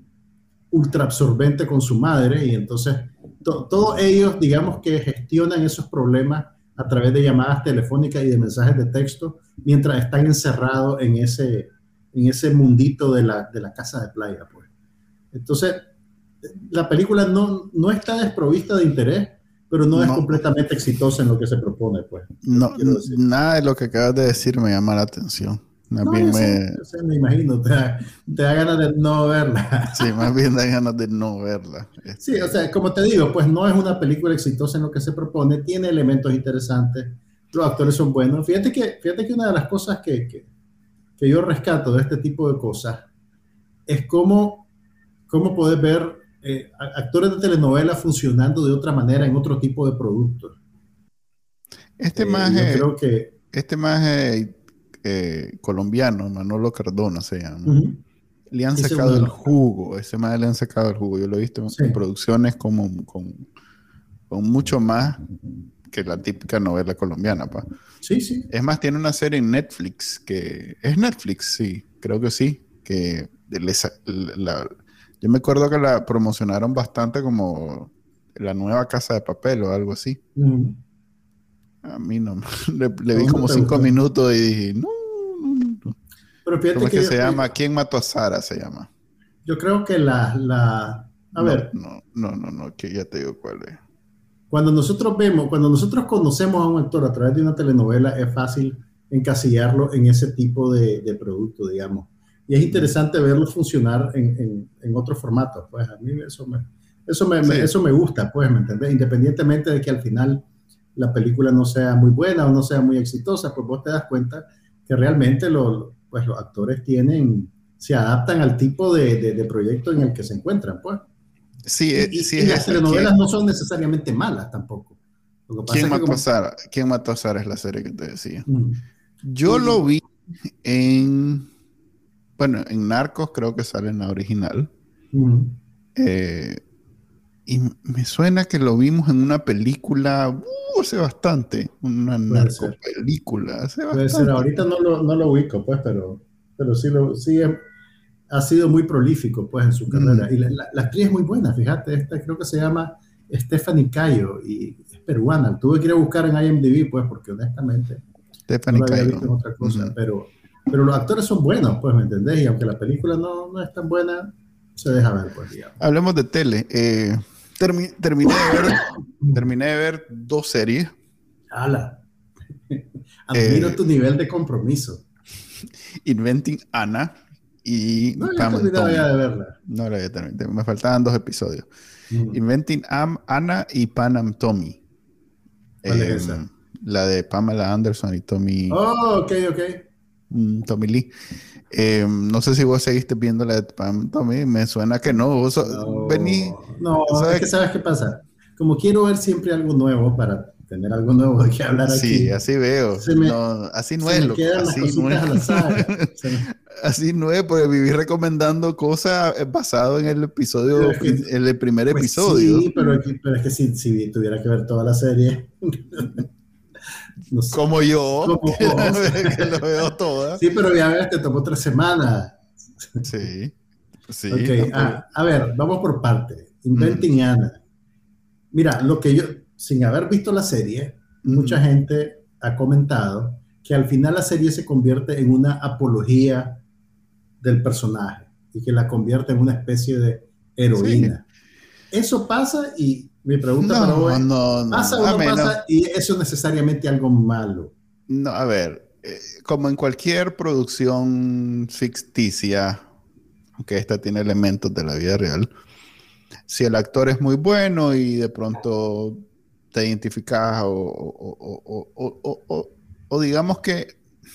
ultra absorbente con su madre, y entonces to, todos ellos, digamos que gestionan esos problemas a través de llamadas telefónicas y de mensajes de texto, mientras están encerrados en ese, en ese mundito de la, de la casa de playa, pues. Entonces, la película no, no está desprovista de interés, pero no, no es completamente exitosa en lo que se propone, pues. No, nada de lo que acabas de decir me llama la atención. Más no, bien yo me... sé, yo sé, me imagino, te da, te da ganas de no verla. Sí, más bien da ganas de no verla. Este... Sí, o sea, como te digo, pues no es una película exitosa en lo que se propone, tiene elementos interesantes, los actores son buenos. Fíjate que, fíjate que una de las cosas que, que, que yo rescato de este tipo de cosas es cómo, cómo puedes ver eh, actores de telenovela funcionando de otra manera en otro tipo de productos. Este eh, más yo creo que... Este más Eh, colombiano, Manolo Cardona se llama. Uh-huh. Le han ese sacado el jugo, ese más le han sacado el jugo. Yo lo he visto sí. en producciones como con, con mucho más que la típica novela colombiana, pa. Sí, sí. Es más, tiene una serie en Netflix que es Netflix, sí, creo que sí, que les, la, yo me acuerdo que la promocionaron bastante como la nueva Casa de Papel o algo así. Uh-huh. A mí no, le, le vi como cinco gusta? minutos y dije, no, no, no. Pero fíjate ¿Cómo es que, que yo, se llama? ¿Quién mató a Sara? Se llama. Yo creo que la, la a no, ver. No, no, no, no, que ya te digo cuál es. Cuando nosotros vemos, cuando nosotros conocemos a un actor a través de una telenovela, es fácil encasillarlo en ese tipo de, de producto, digamos. Y es interesante verlo funcionar en, en, en otros formatos. Pues a mí eso me, eso me, sí. me, eso me gusta, pues, ¿me entendés? Independientemente de que al final la película no sea muy buena o no sea muy exitosa, pues vos te das cuenta que realmente lo, pues los actores tienen, se adaptan al tipo de, de, de proyecto en el que se encuentran, pues. Sí, y, sí y, es y las esa, telenovelas ¿quién? no son necesariamente malas tampoco. Lo que pasa ¿Quién es que mató como... a Sara? ¿Quién mató a Sara? Es la serie que te decía. Mm. Yo sí. lo vi en, bueno, en Narcos creo que sale en la original. Mm. Eh, y me suena que lo vimos en una película uh, hace bastante, una narcopelícula hace Puede bastante. ser, ahorita no lo, no lo ubico, pues, pero, pero sí, lo, sí es, ha sido muy prolífico, pues, en su carrera. Mm. Y la, la, la actriz es muy buena, fíjate, esta creo que se llama Stephanie Cayo y es peruana. Tuve que ir a buscar en I M D B, pues, porque honestamente Stephanie no la había Cayo. visto en otra cosa, Mm. pero, pero los actores son buenos, pues, ¿me entendés? Y aunque la película no, no es tan buena, se deja ver, pues, digamos. Hablemos de tele. Eh, termi terminé, de ver, terminé de ver dos series. ¡Hala! Admiro eh, tu nivel de compromiso. Inventing Anna y no, Pam and Tommy. Ya de verla. No la había terminado. Me faltaban dos episodios. Mm. Inventing Am, Anna y Pam and Tommy. ¿Cuál eh, es esa? La de Pamela Anderson y Tommy. Oh, ok, ok. Mm, Tommy Lee. Eh, no sé si vos seguiste viendo la de Pam Tommy. Me suena que no. Vos no, vení. no ¿sabes? Es que ¿sabes qué pasa? Como quiero ver siempre algo nuevo para tener algo nuevo de qué hablar aquí. Sí, así veo. Me, no, así no es, loco. Así no es. Así no es, porque viví recomendando cosas basadas en el episodio, es que, en el primer pues episodio. Sí, pero, pero es que si, si tuviera que ver toda la serie. No sé. Como yo, Como que, la, que lo veo toda. Sí, pero ya ves, te tomó tres semanas. Sí. Sí. Okay. Ah, a ver, vamos por parte. Inventing mm. Anna. Mira, lo que yo, sin haber visto la serie, mm. mucha gente ha comentado que al final la serie se convierte en una apología del personaje y que la convierte en una especie de heroína. Sí. Eso pasa y mi pregunta no, para vos es, no, no, ¿pasa no, o no menos, pasa? Y eso es necesariamente algo malo. No, a ver, eh, como en cualquier producción ficticia, aunque esta tiene elementos de la vida real, si el actor es muy bueno y de pronto te identificas o, o, o, o, o, o digamos que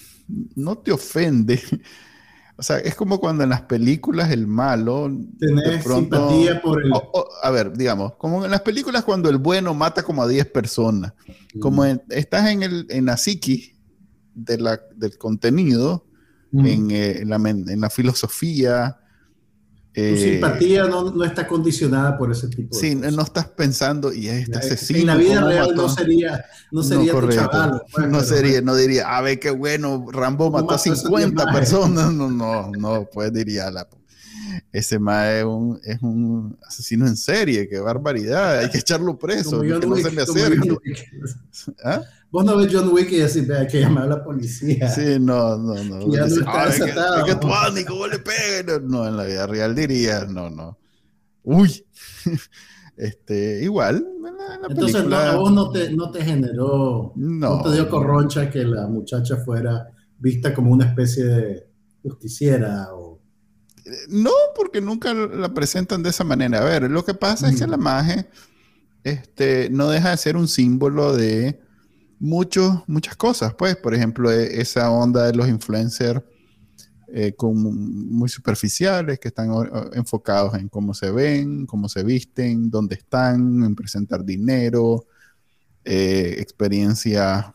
no te ofende. O sea, es como cuando en las películas el malo... Tenés pronto, simpatía por el... O, o, a ver, digamos, como en las películas cuando el bueno mata como a diez personas. Mm. Como en, estás en, el, en la psiquis de la, del contenido, mm. en, eh, en, la, en la filosofía... Tu eh, simpatía no, no está condicionada por ese tipo de sí, cosas. no estás pensando, y es este asesino. En la vida real mató? no sería, no sería no, tu chaval. Pues, no sería, no diría, a ver qué bueno, Rambo mató a cincuenta personas. No, no, no, pues diría, la, ese más es un, es un asesino en serie, qué barbaridad, hay que echarlo preso, que no se le acerque. ¿Ah? Vos no ves John Wick y decís, hay que llamar a la policía. Sí, no, no, no. Que ya no está desatado. Es que, es que tú andas y cómo le pegas. No, en la vida real diría, no, no. Uy. Este, igual. En la, en la Entonces, película, no, a vos no te, no te generó, no, no te dio corroncha que la muchacha fuera vista como una especie de justiciera o... No, porque nunca la presentan de esa manera. A ver, lo que pasa mm. es que la magia este, no deja de ser un símbolo de muchos, muchas cosas, pues, por ejemplo, esa onda de los influencers eh, como muy superficiales, que están enfocados en cómo se ven, cómo se visten, dónde están, en presentar dinero, eh, experiencias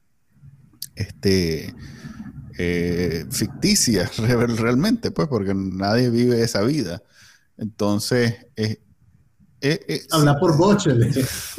este, eh, ficticias realmente, pues, porque nadie vive esa vida. Entonces, eh, eh, eh, habla por vos, Chele.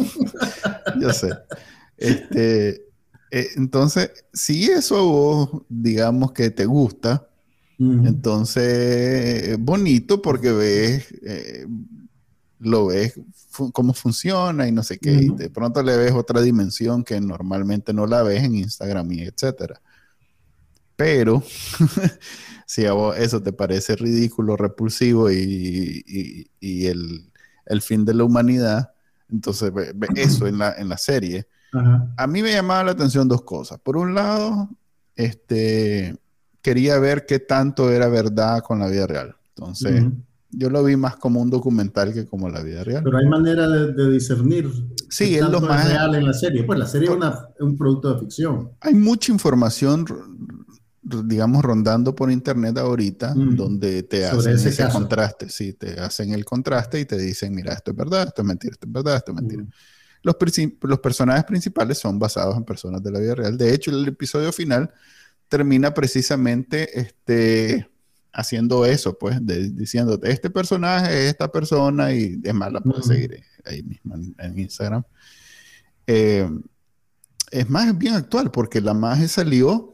Yo sé. Este, eh, entonces, si eso a vos, digamos que te gusta, uh-huh. entonces es bonito porque ves, eh, lo ves fu- cómo funciona y no sé qué, uh-huh. y de pronto le ves otra dimensión que normalmente no la ves en Instagram y etcétera. Pero, si a vos eso te parece ridículo, repulsivo y, y, y el, el fin de la humanidad, entonces ve, ve eso en la, en la serie. Ajá. A mí me llamaba la atención dos cosas. Por un lado, este, quería ver qué tanto era verdad con la vida real. Entonces, uh-huh. yo lo vi más como un documental que como la vida real. Pero hay manera de, de discernir sí, qué es tanto lo más es real en la serie. Pues la serie es una, un producto de ficción. Hay mucha información, digamos, rondando por internet ahorita, uh-huh. donde te Sobre hacen ese, ese caso. contraste. Sí, te hacen el contraste y te dicen, mira, esto es verdad, esto es mentira, esto es verdad, esto es mentira. Uh-huh. Los, los personajes principales son basados en personas de la vida real. De hecho, el episodio final termina precisamente este, haciendo eso, pues, de, diciéndote, este personaje es esta persona y es más, la puedes uh-huh. seguir ahí mismo en, en Instagram. Eh, es más, es bien actual porque la magia salió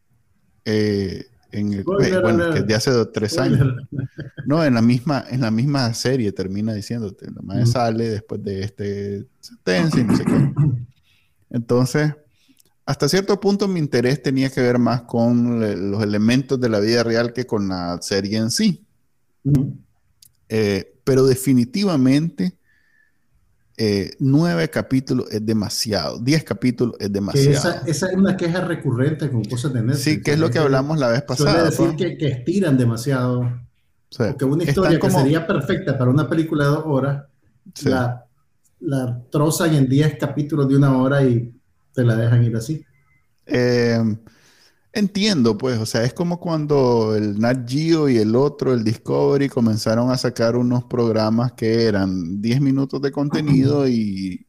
eh, en el, Spoiler, bueno, que de hace tres años. No, en la misma, en la misma serie termina diciéndote, la madre uh-huh. sale después de este sentencia y no sé qué. Entonces, hasta cierto punto mi interés tenía que ver más con le, los elementos de la vida real que con la serie en sí. Uh-huh. Eh, pero definitivamente eh, nueve capítulos es demasiado, diez capítulos es demasiado. Que esa, esa es una queja recurrente con cosas de Netflix. Sí, que es lo que hablamos la vez pasada. Suele decir que, que estiran demasiado. Sí. Porque una historia como... que sería perfecta para una película de dos horas, sí. la, la trozan en diez capítulos de una hora y te la dejan ir así. Eh, entiendo, pues, o sea, es como cuando el Nat Geo y el otro, el Discovery, comenzaron a sacar unos programas que eran diez minutos de contenido y...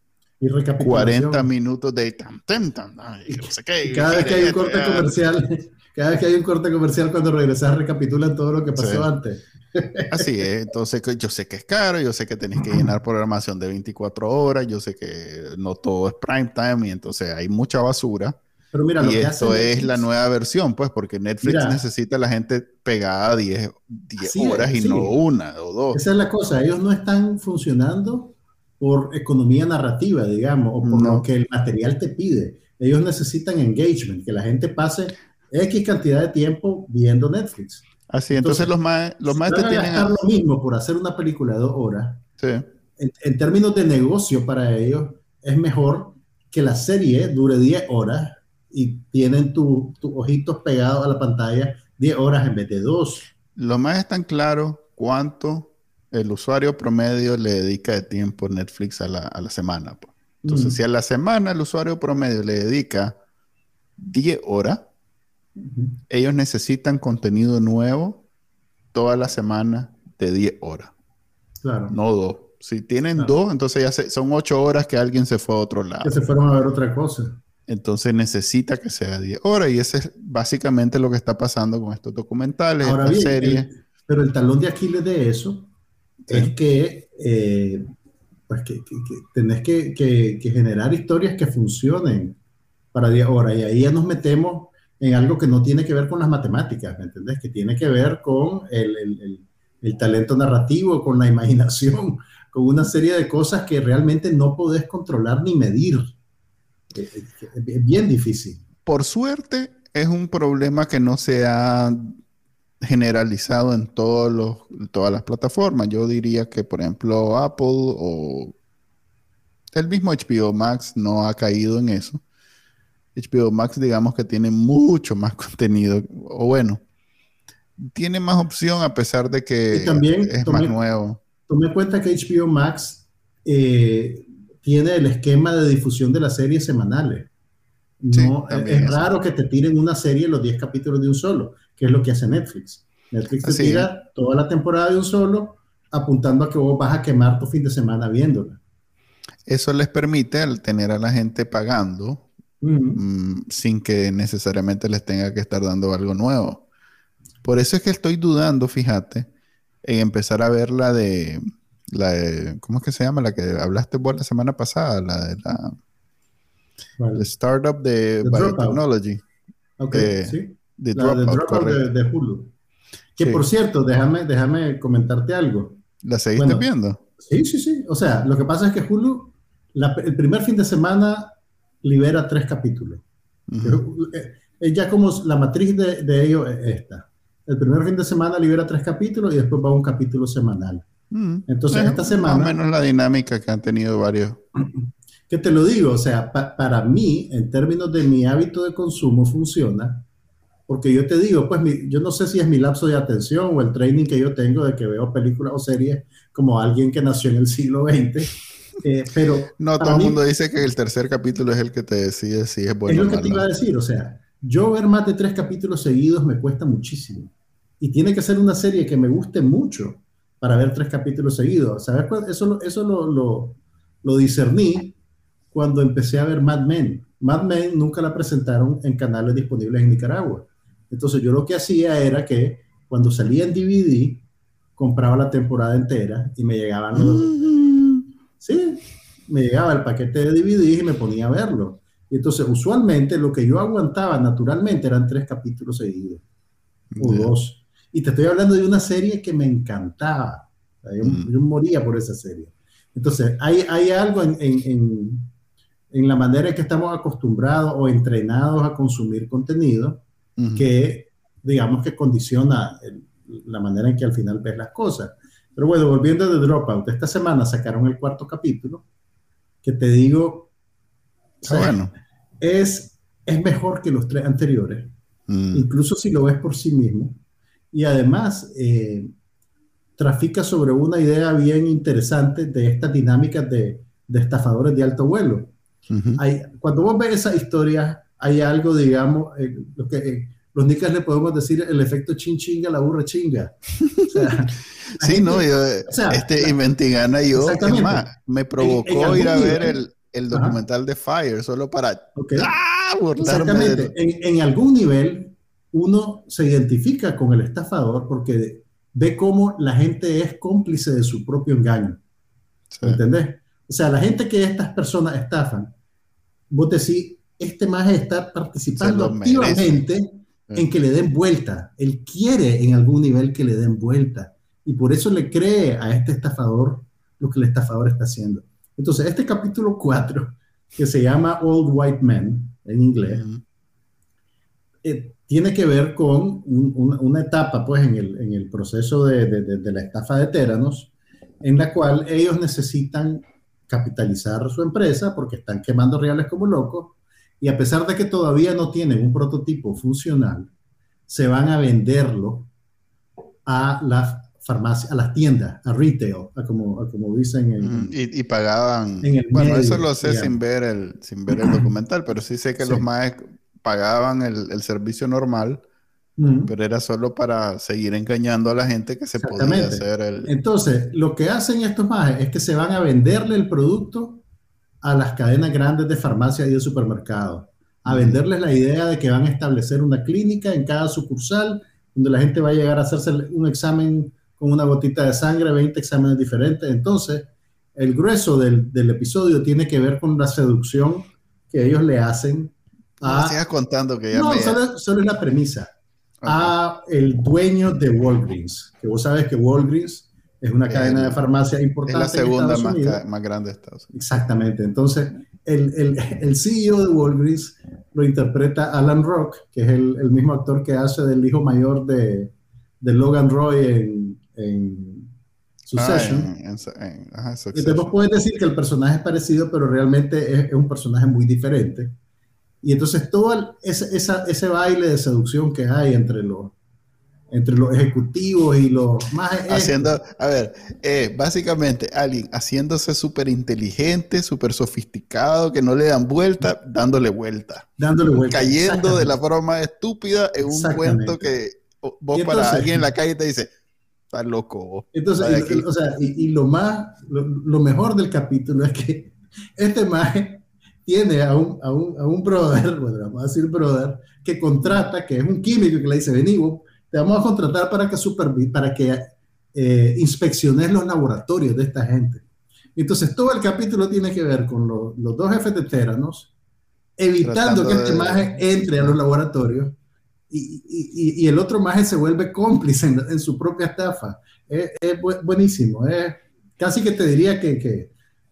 y recapitulación. cuarenta minutos de tan, tan, tan, ay, no sé qué, y cada vez que hay un corte ya. comercial, cada vez que hay un corte comercial, cuando regresas recapitulan todo lo que pasó sí. antes. Así es, entonces yo sé que es caro, yo sé que tenés que llenar programación de veinticuatro horas, yo sé que no todo es prime time y entonces hay mucha basura. Pero mira, y lo que esto hace es Netflix, la nueva versión, pues, porque Netflix mira, necesita a la gente pegada diez horas es, y sí. no una o dos. Esa es la cosa, ellos no están funcionando por economía narrativa, digamos, o por no. lo que el material te pide. Ellos necesitan engagement, que la gente pase X cantidad de tiempo viendo Netflix. Así, entonces, entonces los más los más si te van a tienen gastar a... lo mismo por hacer una película de dos horas. Sí. En, en términos de negocio para ellos, es mejor que la serie dure diez horas y tienen tus tu ojitos pegados a la pantalla diez horas en vez de dos. Lo más es tan claro cuánto el usuario promedio le dedica de tiempo Netflix a la, a la semana. Pues. Entonces, mm. si a la semana el usuario promedio le dedica diez horas, uh-huh. ellos necesitan contenido nuevo toda la semana de diez horas. Claro. No dos. Si tienen claro. dos, entonces ya se, son ocho horas que alguien se fue a otro lado. Que se fueron a ver otra cosa. Entonces necesita que sea diez horas y eso es básicamente lo que está pasando con estos documentales, Ahora esta bien, serie. El, pero el talón de Aquiles de eso sí. es que, eh, pues que, que, que tenés que, que, que generar historias que funcionen para diez horas y ahí ya nos metemos en algo que no tiene que ver con las matemáticas, ¿me entendés? Que tiene que ver con el, el, el, el talento narrativo, con la imaginación, con una serie de cosas que realmente no podés controlar ni medir. Es bien difícil. Por suerte, es un problema que no se ha generalizado en todos los, todas las plataformas. Yo diría que, por ejemplo, Apple o el mismo H B O Max no ha caído en eso. H B O Max, digamos que tiene mucho más contenido, o bueno, tiene más opción a pesar de que y también es tomé, más nuevo. Tomé en cuenta que H B O Max eh, tiene el esquema de difusión de las series semanales. No, sí, es raro que te tiren una serie los diez capítulos de un solo, que es lo que hace Netflix. Netflix te Así tira es. toda la temporada de un solo, apuntando a que vos vas a quemar tu fin de semana viéndola. Eso les permite al tener a la gente pagando, uh-huh. mmm, sin que necesariamente les tenga que estar dando algo nuevo. Por eso es que estoy dudando, fíjate, en empezar a ver la de, la de ¿cómo es que se llama? La que hablaste vos la semana pasada, la de la... Vale. The startup de Biotechnology. Ok, eh, sí. The la de Dropout de, de Hulu. Que sí. Por cierto, déjame, déjame comentarte algo. ¿La seguiste bueno, viendo? Sí, sí, sí. O sea, lo que pasa es que Hulu, la, el primer fin de semana libera tres capítulos. Uh-huh. Pero, eh, es ya como la matriz de, de ello es esta. El primer fin de semana libera tres capítulos y después va un capítulo semanal. Uh-huh. Entonces, eh, esta semana... Más o menos la dinámica que han tenido varios... ¿Qué te lo digo? O sea, pa, para mí, en términos de mi hábito de consumo, funciona. Porque yo te digo, pues mi, yo no sé si es mi lapso de atención o el training que yo tengo de que veo películas o series como alguien que nació en el siglo veinte. Eh, pero no, todo el mundo dice que el tercer capítulo es el que te decide si es bueno o no. Es lo que te iba a decir. O sea, yo ver más de tres capítulos seguidos me cuesta muchísimo. Y tiene que ser una serie que me guste mucho para ver tres capítulos seguidos. ¿Sabes? Eso, eso lo, lo, lo discerní cuando empecé a ver Mad Men. Mad Men nunca la presentaron en canales disponibles en Nicaragua. Entonces yo lo que hacía era que cuando salía en D V D, compraba la temporada entera y me llegaban los... Mm-hmm. Sí, me llegaba el paquete de D V D y me ponía a verlo. Y entonces usualmente lo que yo aguantaba naturalmente eran tres capítulos seguidos. O yeah. dos. Y te estoy hablando de una serie que me encantaba. O sea, yo, mm. yo moría por esa serie. Entonces hay, hay algo en... en, en en la manera en que estamos acostumbrados o entrenados a consumir contenido, uh-huh. que, digamos, que condiciona el, la manera en que al final ves las cosas. Pero bueno, volviendo de Dropout, esta semana sacaron el cuarto capítulo, que te digo, o sea, bueno. es, es mejor que los tres anteriores, uh-huh. incluso si lo ves por sí mismo, y además eh, trafica sobre una idea bien interesante de estas dinámicas de, de estafadores de alto vuelo. Uh-huh. Hay, cuando vos ves esa historia, hay algo, digamos, eh, lo que eh, los nicas le podemos decir el efecto chin chinga, la burra chinga. O sea, sí, gente, no, yo, o sea, este Inventigana, yo, es más, me provocó en, en ir a ver el, el documental Ajá. de Fire, solo para okay. ¡ah! burlarme. Exactamente. De... En, en algún nivel, uno se identifica con el estafador porque ve cómo la gente es cómplice de su propio engaño. Sí. ¿Me entendés? O sea, la gente que estas personas estafan, vos decís, este maje está participando activamente en que le den vuelta. Él quiere en algún nivel que le den vuelta. Y por eso le cree a este estafador lo que el estafador está haciendo. Entonces, este capítulo cuatro, que se llama Old White Men, en inglés, uh-huh. eh, tiene que ver con un, una, una etapa, pues, en el, en el proceso de, de, de, de la estafa de Theranos, en la cual ellos necesitan capitalizar su empresa porque están quemando reales como locos, y a pesar de que todavía no tienen un prototipo funcional, se van a venderlo a las farmacias, a las tiendas, a retail, a como, a como dicen en, mm, y, y pagaban, en el bueno, medio, eso lo sé digamos. sin ver el, sin ver el documental, pero sí sé que sí. los más pagaban el, el servicio normal, mm. pero era solo para seguir engañando a la gente que se podía hacer el... Entonces, lo que hacen estos más es que se van a venderle el producto a las cadenas grandes de farmacia y de supermercados, a venderles la idea de que van a establecer una clínica en cada sucursal, donde la gente va a llegar a hacerse un examen con una gotita de sangre, veinte exámenes diferentes. Entonces, el grueso del, del episodio tiene que ver con la seducción que ellos le hacen a... No, sigas contando que ya No, me... solo, solo es la premisa. Okay. A el dueño de Walgreens, que vos sabes que Walgreens es una el, cadena de farmacia importante. Es la segunda más, ca- más grande de Estados Unidos. Exactamente. Entonces, el, el, el C E O de Walgreens lo interpreta Alan Rock, que es el, el mismo actor que hace del hijo mayor de, de Logan Roy en, en Succession. Ah, en, en, en, ajá, Succession. Entonces, vos puedes decir que el personaje es parecido, pero realmente es, es un personaje muy diferente. Y entonces, todo ese, esa, ese baile de seducción que hay entre los entre los ejecutivos y los más... Haciendo, a ver, eh, básicamente alguien haciéndose súper inteligente, súper sofisticado, que no le dan vuelta, dándole vuelta. Dándole vuelta. Cayendo de la forma estúpida en un cuento que vos entonces, para alguien en la calle te dice, estás loco vos. Entonces, y, o sea, y, y lo más, lo, lo mejor del capítulo es que este maje tiene a un, a un, a un brother, bueno, vamos a decir brother, que contrata, que es un químico que le dice, vení vos, te vamos a contratar para que, supervi- para que eh, inspecciones los laboratorios de esta gente. Entonces, todo el capítulo tiene que ver con lo, los dos jefes de Theranos, evitando Tratando que este de... maje entre a los laboratorios y, y, y el otro maje se vuelve cómplice en, en su propia estafa. Es, es bu- buenísimo. Es, casi que te diría que, que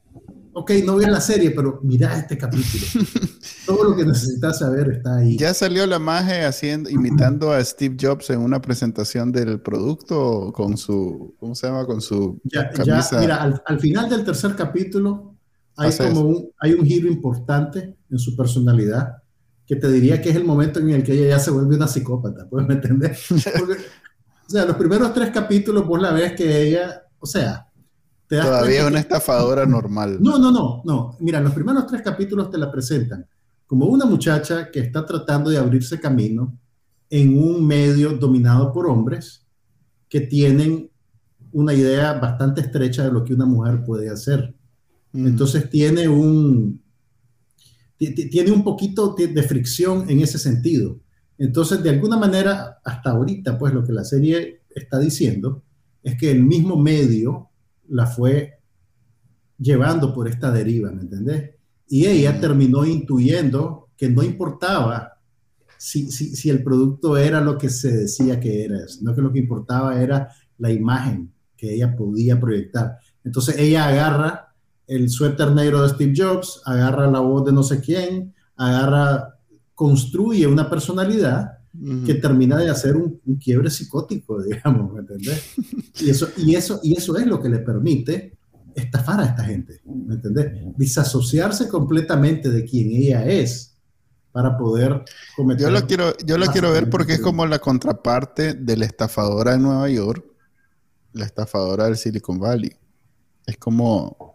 ok, no veas la serie, pero mira este capítulo. Todo lo que necesitas saber está ahí. ¿Ya salió la maje haciendo, imitando a Steve Jobs en una presentación del producto con su, ¿cómo se llama? Con su ya, camisa. Ya, mira, al, al final del tercer capítulo hay como un, hay un giro importante en su personalidad que te diría que es el momento en el que ella ya se vuelve una psicópata, ¿puedes me entender? Porque, o sea, los primeros tres capítulos vos la ves que ella, o sea... Todavía es una estafadora normal. No, no, no, no. Mira, los primeros tres capítulos te la presentan como una muchacha que está tratando de abrirse camino en un medio dominado por hombres que tienen una idea bastante estrecha de lo que una mujer puede hacer. Mm. Entonces tiene un, tiene un poquito de fricción en ese sentido. Entonces, de alguna manera, hasta ahorita, pues lo que la serie está diciendo es que el mismo medio la fue llevando por esta deriva, ¿me entendés? Y ella terminó intuyendo que no importaba si, si, si el producto era lo que se decía que era, sino que lo que importaba era la imagen que ella podía proyectar. Entonces ella agarra el suéter negro de Steve Jobs, agarra la voz de no sé quién, agarra, construye una personalidad Uh-huh. que termina de hacer un, un quiebre psicótico, digamos, ¿me entendés? Y eso, y, eso, y eso es lo que le permite estafar a esta gente, ¿me entendés? Disasociarse completamente de quien ella es para poder cometer... Yo lo quiero, yo lo quiero ver porque es como la contraparte de la estafadora de Nueva York, la estafadora del Silicon Valley. Es como...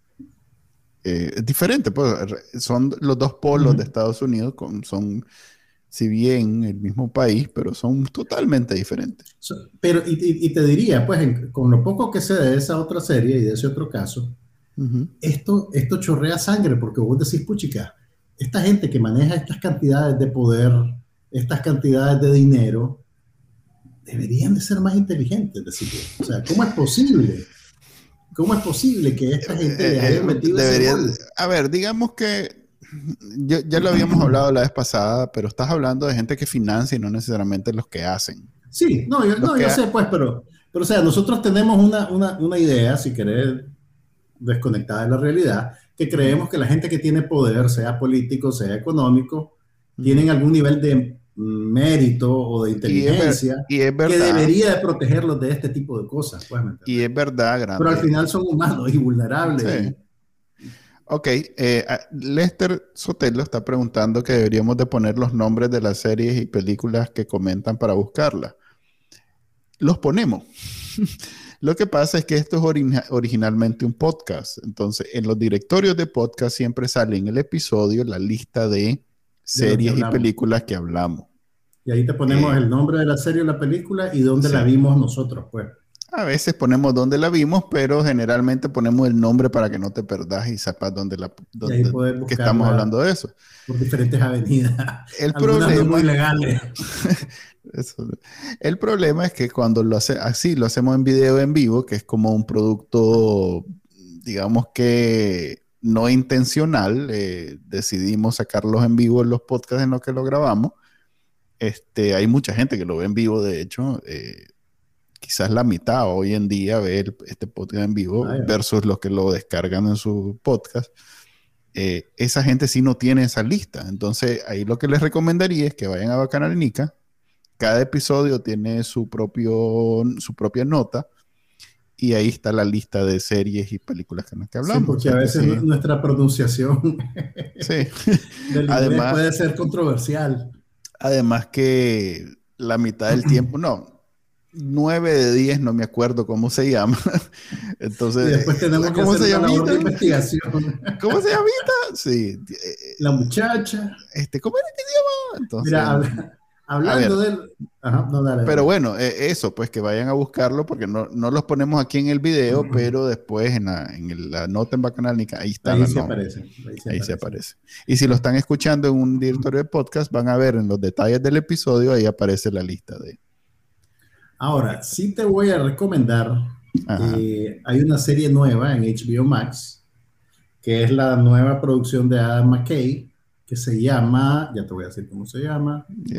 Eh, es diferente, pues son los dos polos uh-huh. de Estados Unidos, con, son... si bien el mismo país, pero son totalmente diferentes. Pero, y, y, y te diría, pues, en, con lo poco que sé de esa otra serie y de ese otro caso, Uh-huh. Esto, esto chorrea sangre, porque vos decís, puchica, esta gente que maneja estas cantidades de poder, estas cantidades de dinero, deberían de ser más inteligentes. Decir, o sea, ¿cómo es posible? ¿Cómo es posible que esta gente le haya metido Debería, ese gol? A ver, digamos que ya, ya lo habíamos hablado la vez pasada, pero estás hablando de gente que financia y no necesariamente los que hacen. Sí, no, yo, no, yo sé, pues, pero, pero, o sea, nosotros tenemos una, una, una idea, si querés, desconectada de la realidad, que creemos que la gente que tiene poder, sea político, sea económico, uh-huh. tienen algún nivel de mérito o de inteligencia y es ver, y es que debería de protegerlos de este tipo de cosas. Pues, y es verdad, grande. Pero al final son humanos y vulnerables. Sí. Ok, eh, Lester Sotelo está preguntando que deberíamos de poner los nombres de las series y películas que comentan para buscarlas. Los ponemos. Lo que pasa es que esto es ori- originalmente un podcast. Entonces, en los directorios de podcast siempre sale en el episodio la lista de series y películas que hablamos. Y ahí te ponemos eh, el nombre de la serie o la película y dónde sí. la vimos nosotros, pues. A veces ponemos dónde la vimos, pero generalmente ponemos el nombre para que no te perdas y sepas dónde la dónde, que estamos hablando de eso. Por diferentes avenidas. El problema muy legales. Eso. El problema es que cuando lo hace así, lo hacemos en video en vivo, que es como un producto, digamos que no intencional, eh, decidimos sacarlos en vivo en los podcasts en los que lo grabamos. Este, hay mucha gente que lo ve en vivo, de hecho, eh, quizás la mitad hoy en día ve el, este podcast en vivo ah, versus los que lo descargan en su podcast. Eh, esa gente sí no tiene esa lista. Entonces, ahí lo que les recomendaría es que vayan a Bacanalnica. Cada episodio tiene su, propio, su propia nota y ahí está la lista de series y películas que nos que hablamos. Sí, porque a veces sí. nuestra pronunciación sí. del inglés puede ser controversial. Además que la mitad del tiempo, no, nueve de diez no me acuerdo cómo se llama. Entonces, y después tenemos ¿cómo que hacer se una labor de investigación. ¿Cómo se llama? Sí. La muchacha. Este, ¿Cómo era que se llama? Entonces, Mira, habla, hablando del... Ajá, no, dale, pero dale. bueno, eh, eso, pues que vayan a buscarlo porque no, no los ponemos aquí en el video, uh-huh. pero después en la, en la nota en Bacanalnica, ahí está. Ahí, la sí nota. aparece, ahí, sí ahí aparece. se aparece. Y si lo están escuchando en un directorio de podcast, van a ver en los detalles del episodio, ahí aparece la lista de... Ahora, sí te voy a recomendar, eh, hay una serie nueva en H B O Max, que es la nueva producción de Adam McKay, que se llama, ya te voy a decir cómo se llama, yeah.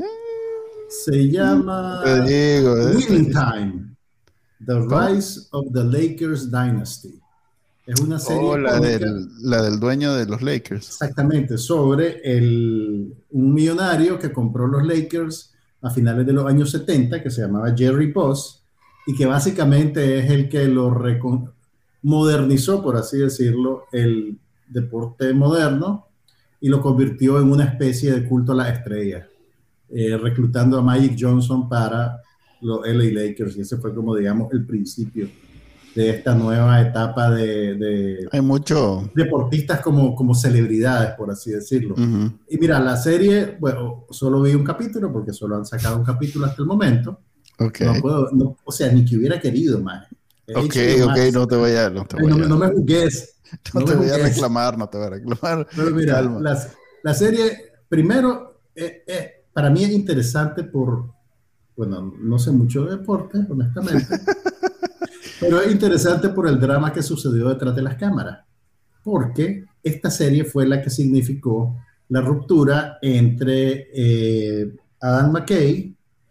se llama te digo, Winning Time, The Rise of the Lakers Dynasty. Es una serie oh, la, del, la del dueño de los Lakers. Exactamente, sobre el, un millonario que compró los Lakers a finales de los años setenta, que se llamaba Jerry Buss, y que básicamente es el que lo recon- modernizó, por así decirlo, el deporte moderno, y lo convirtió en una especie de culto a las estrellas, eh, reclutando a Magic Johnson para los L A Lakers, y ese fue como, digamos, el principio de esta nueva etapa de, de hay mucho deportistas como, como celebridades, por así decirlo. Uh-huh. Y mira, la serie, bueno, solo vi un capítulo porque solo han sacado un capítulo hasta el momento. Okay. No puedo, no, o sea, ni que hubiera querido, más. Ok, ok, no te voy a... No, te voy no, a, no me juzgues. No, no te me voy juzgues. a reclamar, no te voy a reclamar. Pero mira, la, la serie, primero, eh, eh, para mí es interesante por, bueno, no sé mucho de deporte, honestamente. Pero es interesante por el drama que sucedió detrás de las cámaras, porque esta serie fue la que significó la ruptura entre eh, Adam McKay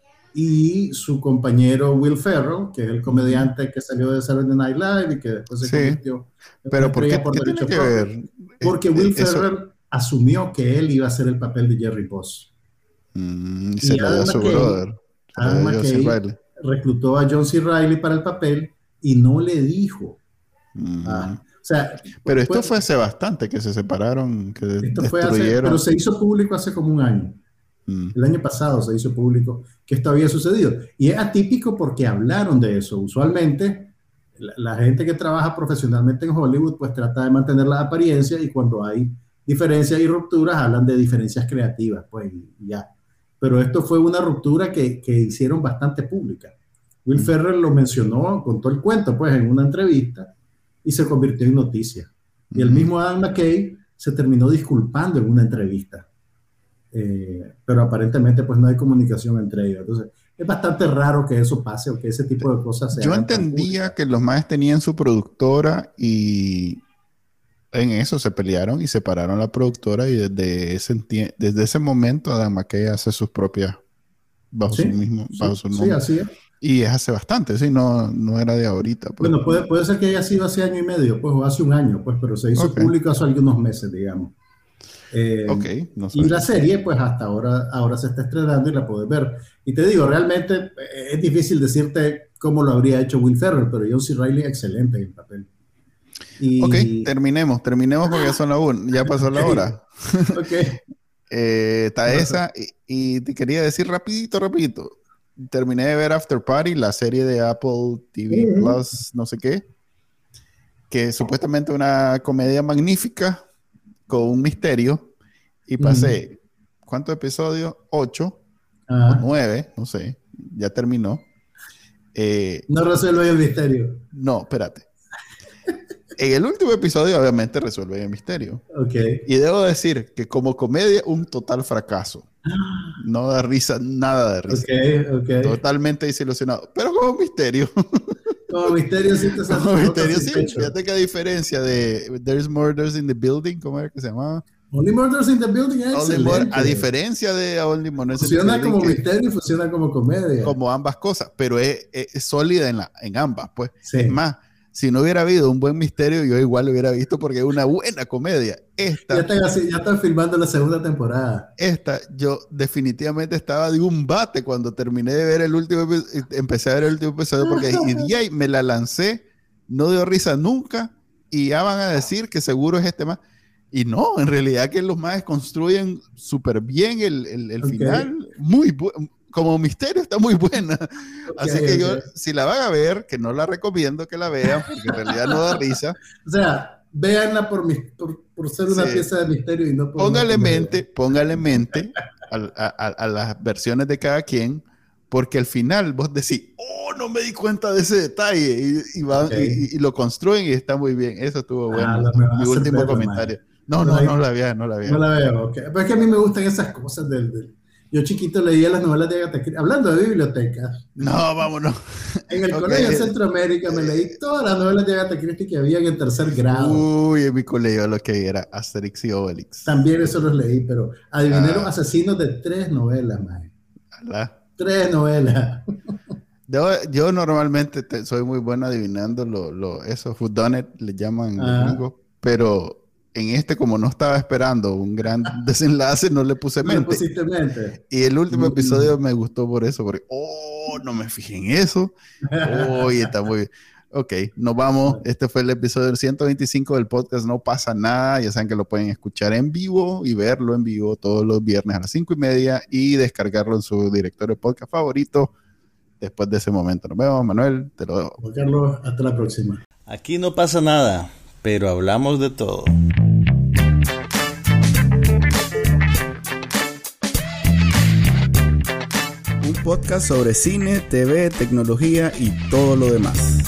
y su compañero Will Ferrell, que es el comediante que salió de Saturday Night Live y que después se sí, convirtió en pero ¿por qué, por ¿qué tiene que propio, ver? Porque Will Eso... Ferrell asumió que él iba a hacer el papel de Jerry Buss. Mm, y se lo dio a su brother. Adam McKay reclutó a John C. Reilly para el papel y no le dijo. Mm. Ah, o sea, pero esto fue, fue hace bastante que se separaron, que esto fue hace, pero se hizo público hace como un año. Mm. El año pasado se hizo público que esto había sucedido. Y es atípico porque hablaron de eso. Usualmente, la, la gente que trabaja profesionalmente en Hollywood, pues trata de mantener las apariencias y cuando hay diferencias y rupturas, hablan de diferencias creativas, pues ya. Pero esto fue una ruptura que, que hicieron bastante pública. Will Ferrell lo mencionó, contó el cuento, pues, en una entrevista y se convirtió en noticia. Y el mismo Adam McKay se terminó disculpando en una entrevista. Eh, pero aparentemente pues no hay comunicación entre ellos. Entonces es bastante raro que eso pase o que ese tipo de cosas se Yo entendía que los más tenían su productora y en eso se pelearon y separaron la productora, y desde ese, desde ese momento Adam McKay hace sus propias bajo ¿Sí? su mismo bajo sí, su nombre. Sí, así es. Y es hace bastante, sí, no, no era de ahorita. Pues. Bueno, puede, puede ser que haya sido hace año y medio, pues, o hace un año, pues, pero se hizo okay. público hace algunos meses, digamos. Eh, okay, no sé. Y la serie, pues, hasta ahora, ahora se está estrenando y la puedes ver. Y te digo, realmente es difícil decirte cómo lo habría hecho Will Ferrell, pero John C. Reilly excelente en el papel. Y... Ok, terminemos, terminemos porque ya son la una, ya pasó la hora. Ok. eh, está esa, y, y te quería decir rapidito, rapidito. Terminé de ver After Party, la serie de Apple T V uh-huh. Plus, no sé qué, que es supuestamente una comedia magnífica con un misterio, y pasé, uh-huh. ¿cuántos episodios? Ocho, uh-huh. o nueve, no sé, ya terminó. Eh, no resuelve el misterio. No, espérate. En el último episodio obviamente resuelve el misterio. Okay. Y debo decir que como comedia, un total fracaso. No da risa, nada de risa. Okay, okay. Totalmente desilusionado. Pero como misterio. Como misterio sí te Como misterio sí. Fíjate que a diferencia de There's Murders in the Building, ¿cómo era que se llamaba? Only Murders in the Building es excelente. A diferencia de Only Murders funciona in the Building. Funciona como misterio y funciona como comedia. Como ambas cosas, pero es, es, es sólida en, la, en ambas, pues. Sí. Es más, si no hubiera habido un buen misterio, yo igual lo hubiera visto porque es una buena comedia. Esta, ya, están así, ya están filmando la segunda temporada. Esta, yo definitivamente estaba de un bate cuando terminé de ver el último, empecé a ver el último episodio porque y de ahí me la lancé, no dio risa nunca, y ya van a decir que seguro es este más. Y no, en realidad que los más construyen súper bien el, el, el okay. final, muy bueno. Como misterio está muy buena. Okay, Así que okay. yo, si la van a ver, que no la recomiendo que la vean, porque en realidad no da risa. O sea, véanla por, por, por ser una sí. pieza de misterio y no por... Póngale mente, póngale mente a, a, a, a las versiones de cada quien, porque al final vos decís, oh, no me di cuenta de ese detalle, y, y, van, okay. y, y lo construyen y está muy bien. Eso estuvo bueno. Ah, mi último verla, comentario. No, no, no, no la veo, no la veo. No la veo, ok. Pero es que a mí me gustan esas cosas del... del... Yo chiquito leía las novelas de Agatha Christie, hablando de bibliotecas. No, vámonos. En el okay. colegio de Centroamérica me leí todas las novelas de Agatha Christie que había en tercer grado. Uy, en mi colegio lo que era Asterix y Obelix. También eso los leí, pero adiviné ah. los asesinos de tres novelas, man. ¿Alá? Tres novelas. Yo, yo normalmente te, soy muy bueno adivinando lo, lo, eso, whodunit le llaman los gringos, pero... En este, como no estaba esperando un gran desenlace, no le puse mente. No le pusiste mente. Y el último episodio me gustó por eso, porque, oh, no me fijé en eso. Oye, oh, está muy bien. Ok, nos vamos. Este fue el episodio ciento veinticinco del podcast No Pasa Nada. Ya saben que lo pueden escuchar en vivo y verlo en vivo todos los viernes a las cinco y media y descargarlo en su directorio de podcast favorito después de ese momento. Nos vemos, Manuel. Te lo dejo. Carlos, hasta la próxima. Aquí no pasa nada, pero hablamos de todo. Un podcast sobre cine, T V, tecnología y todo lo demás.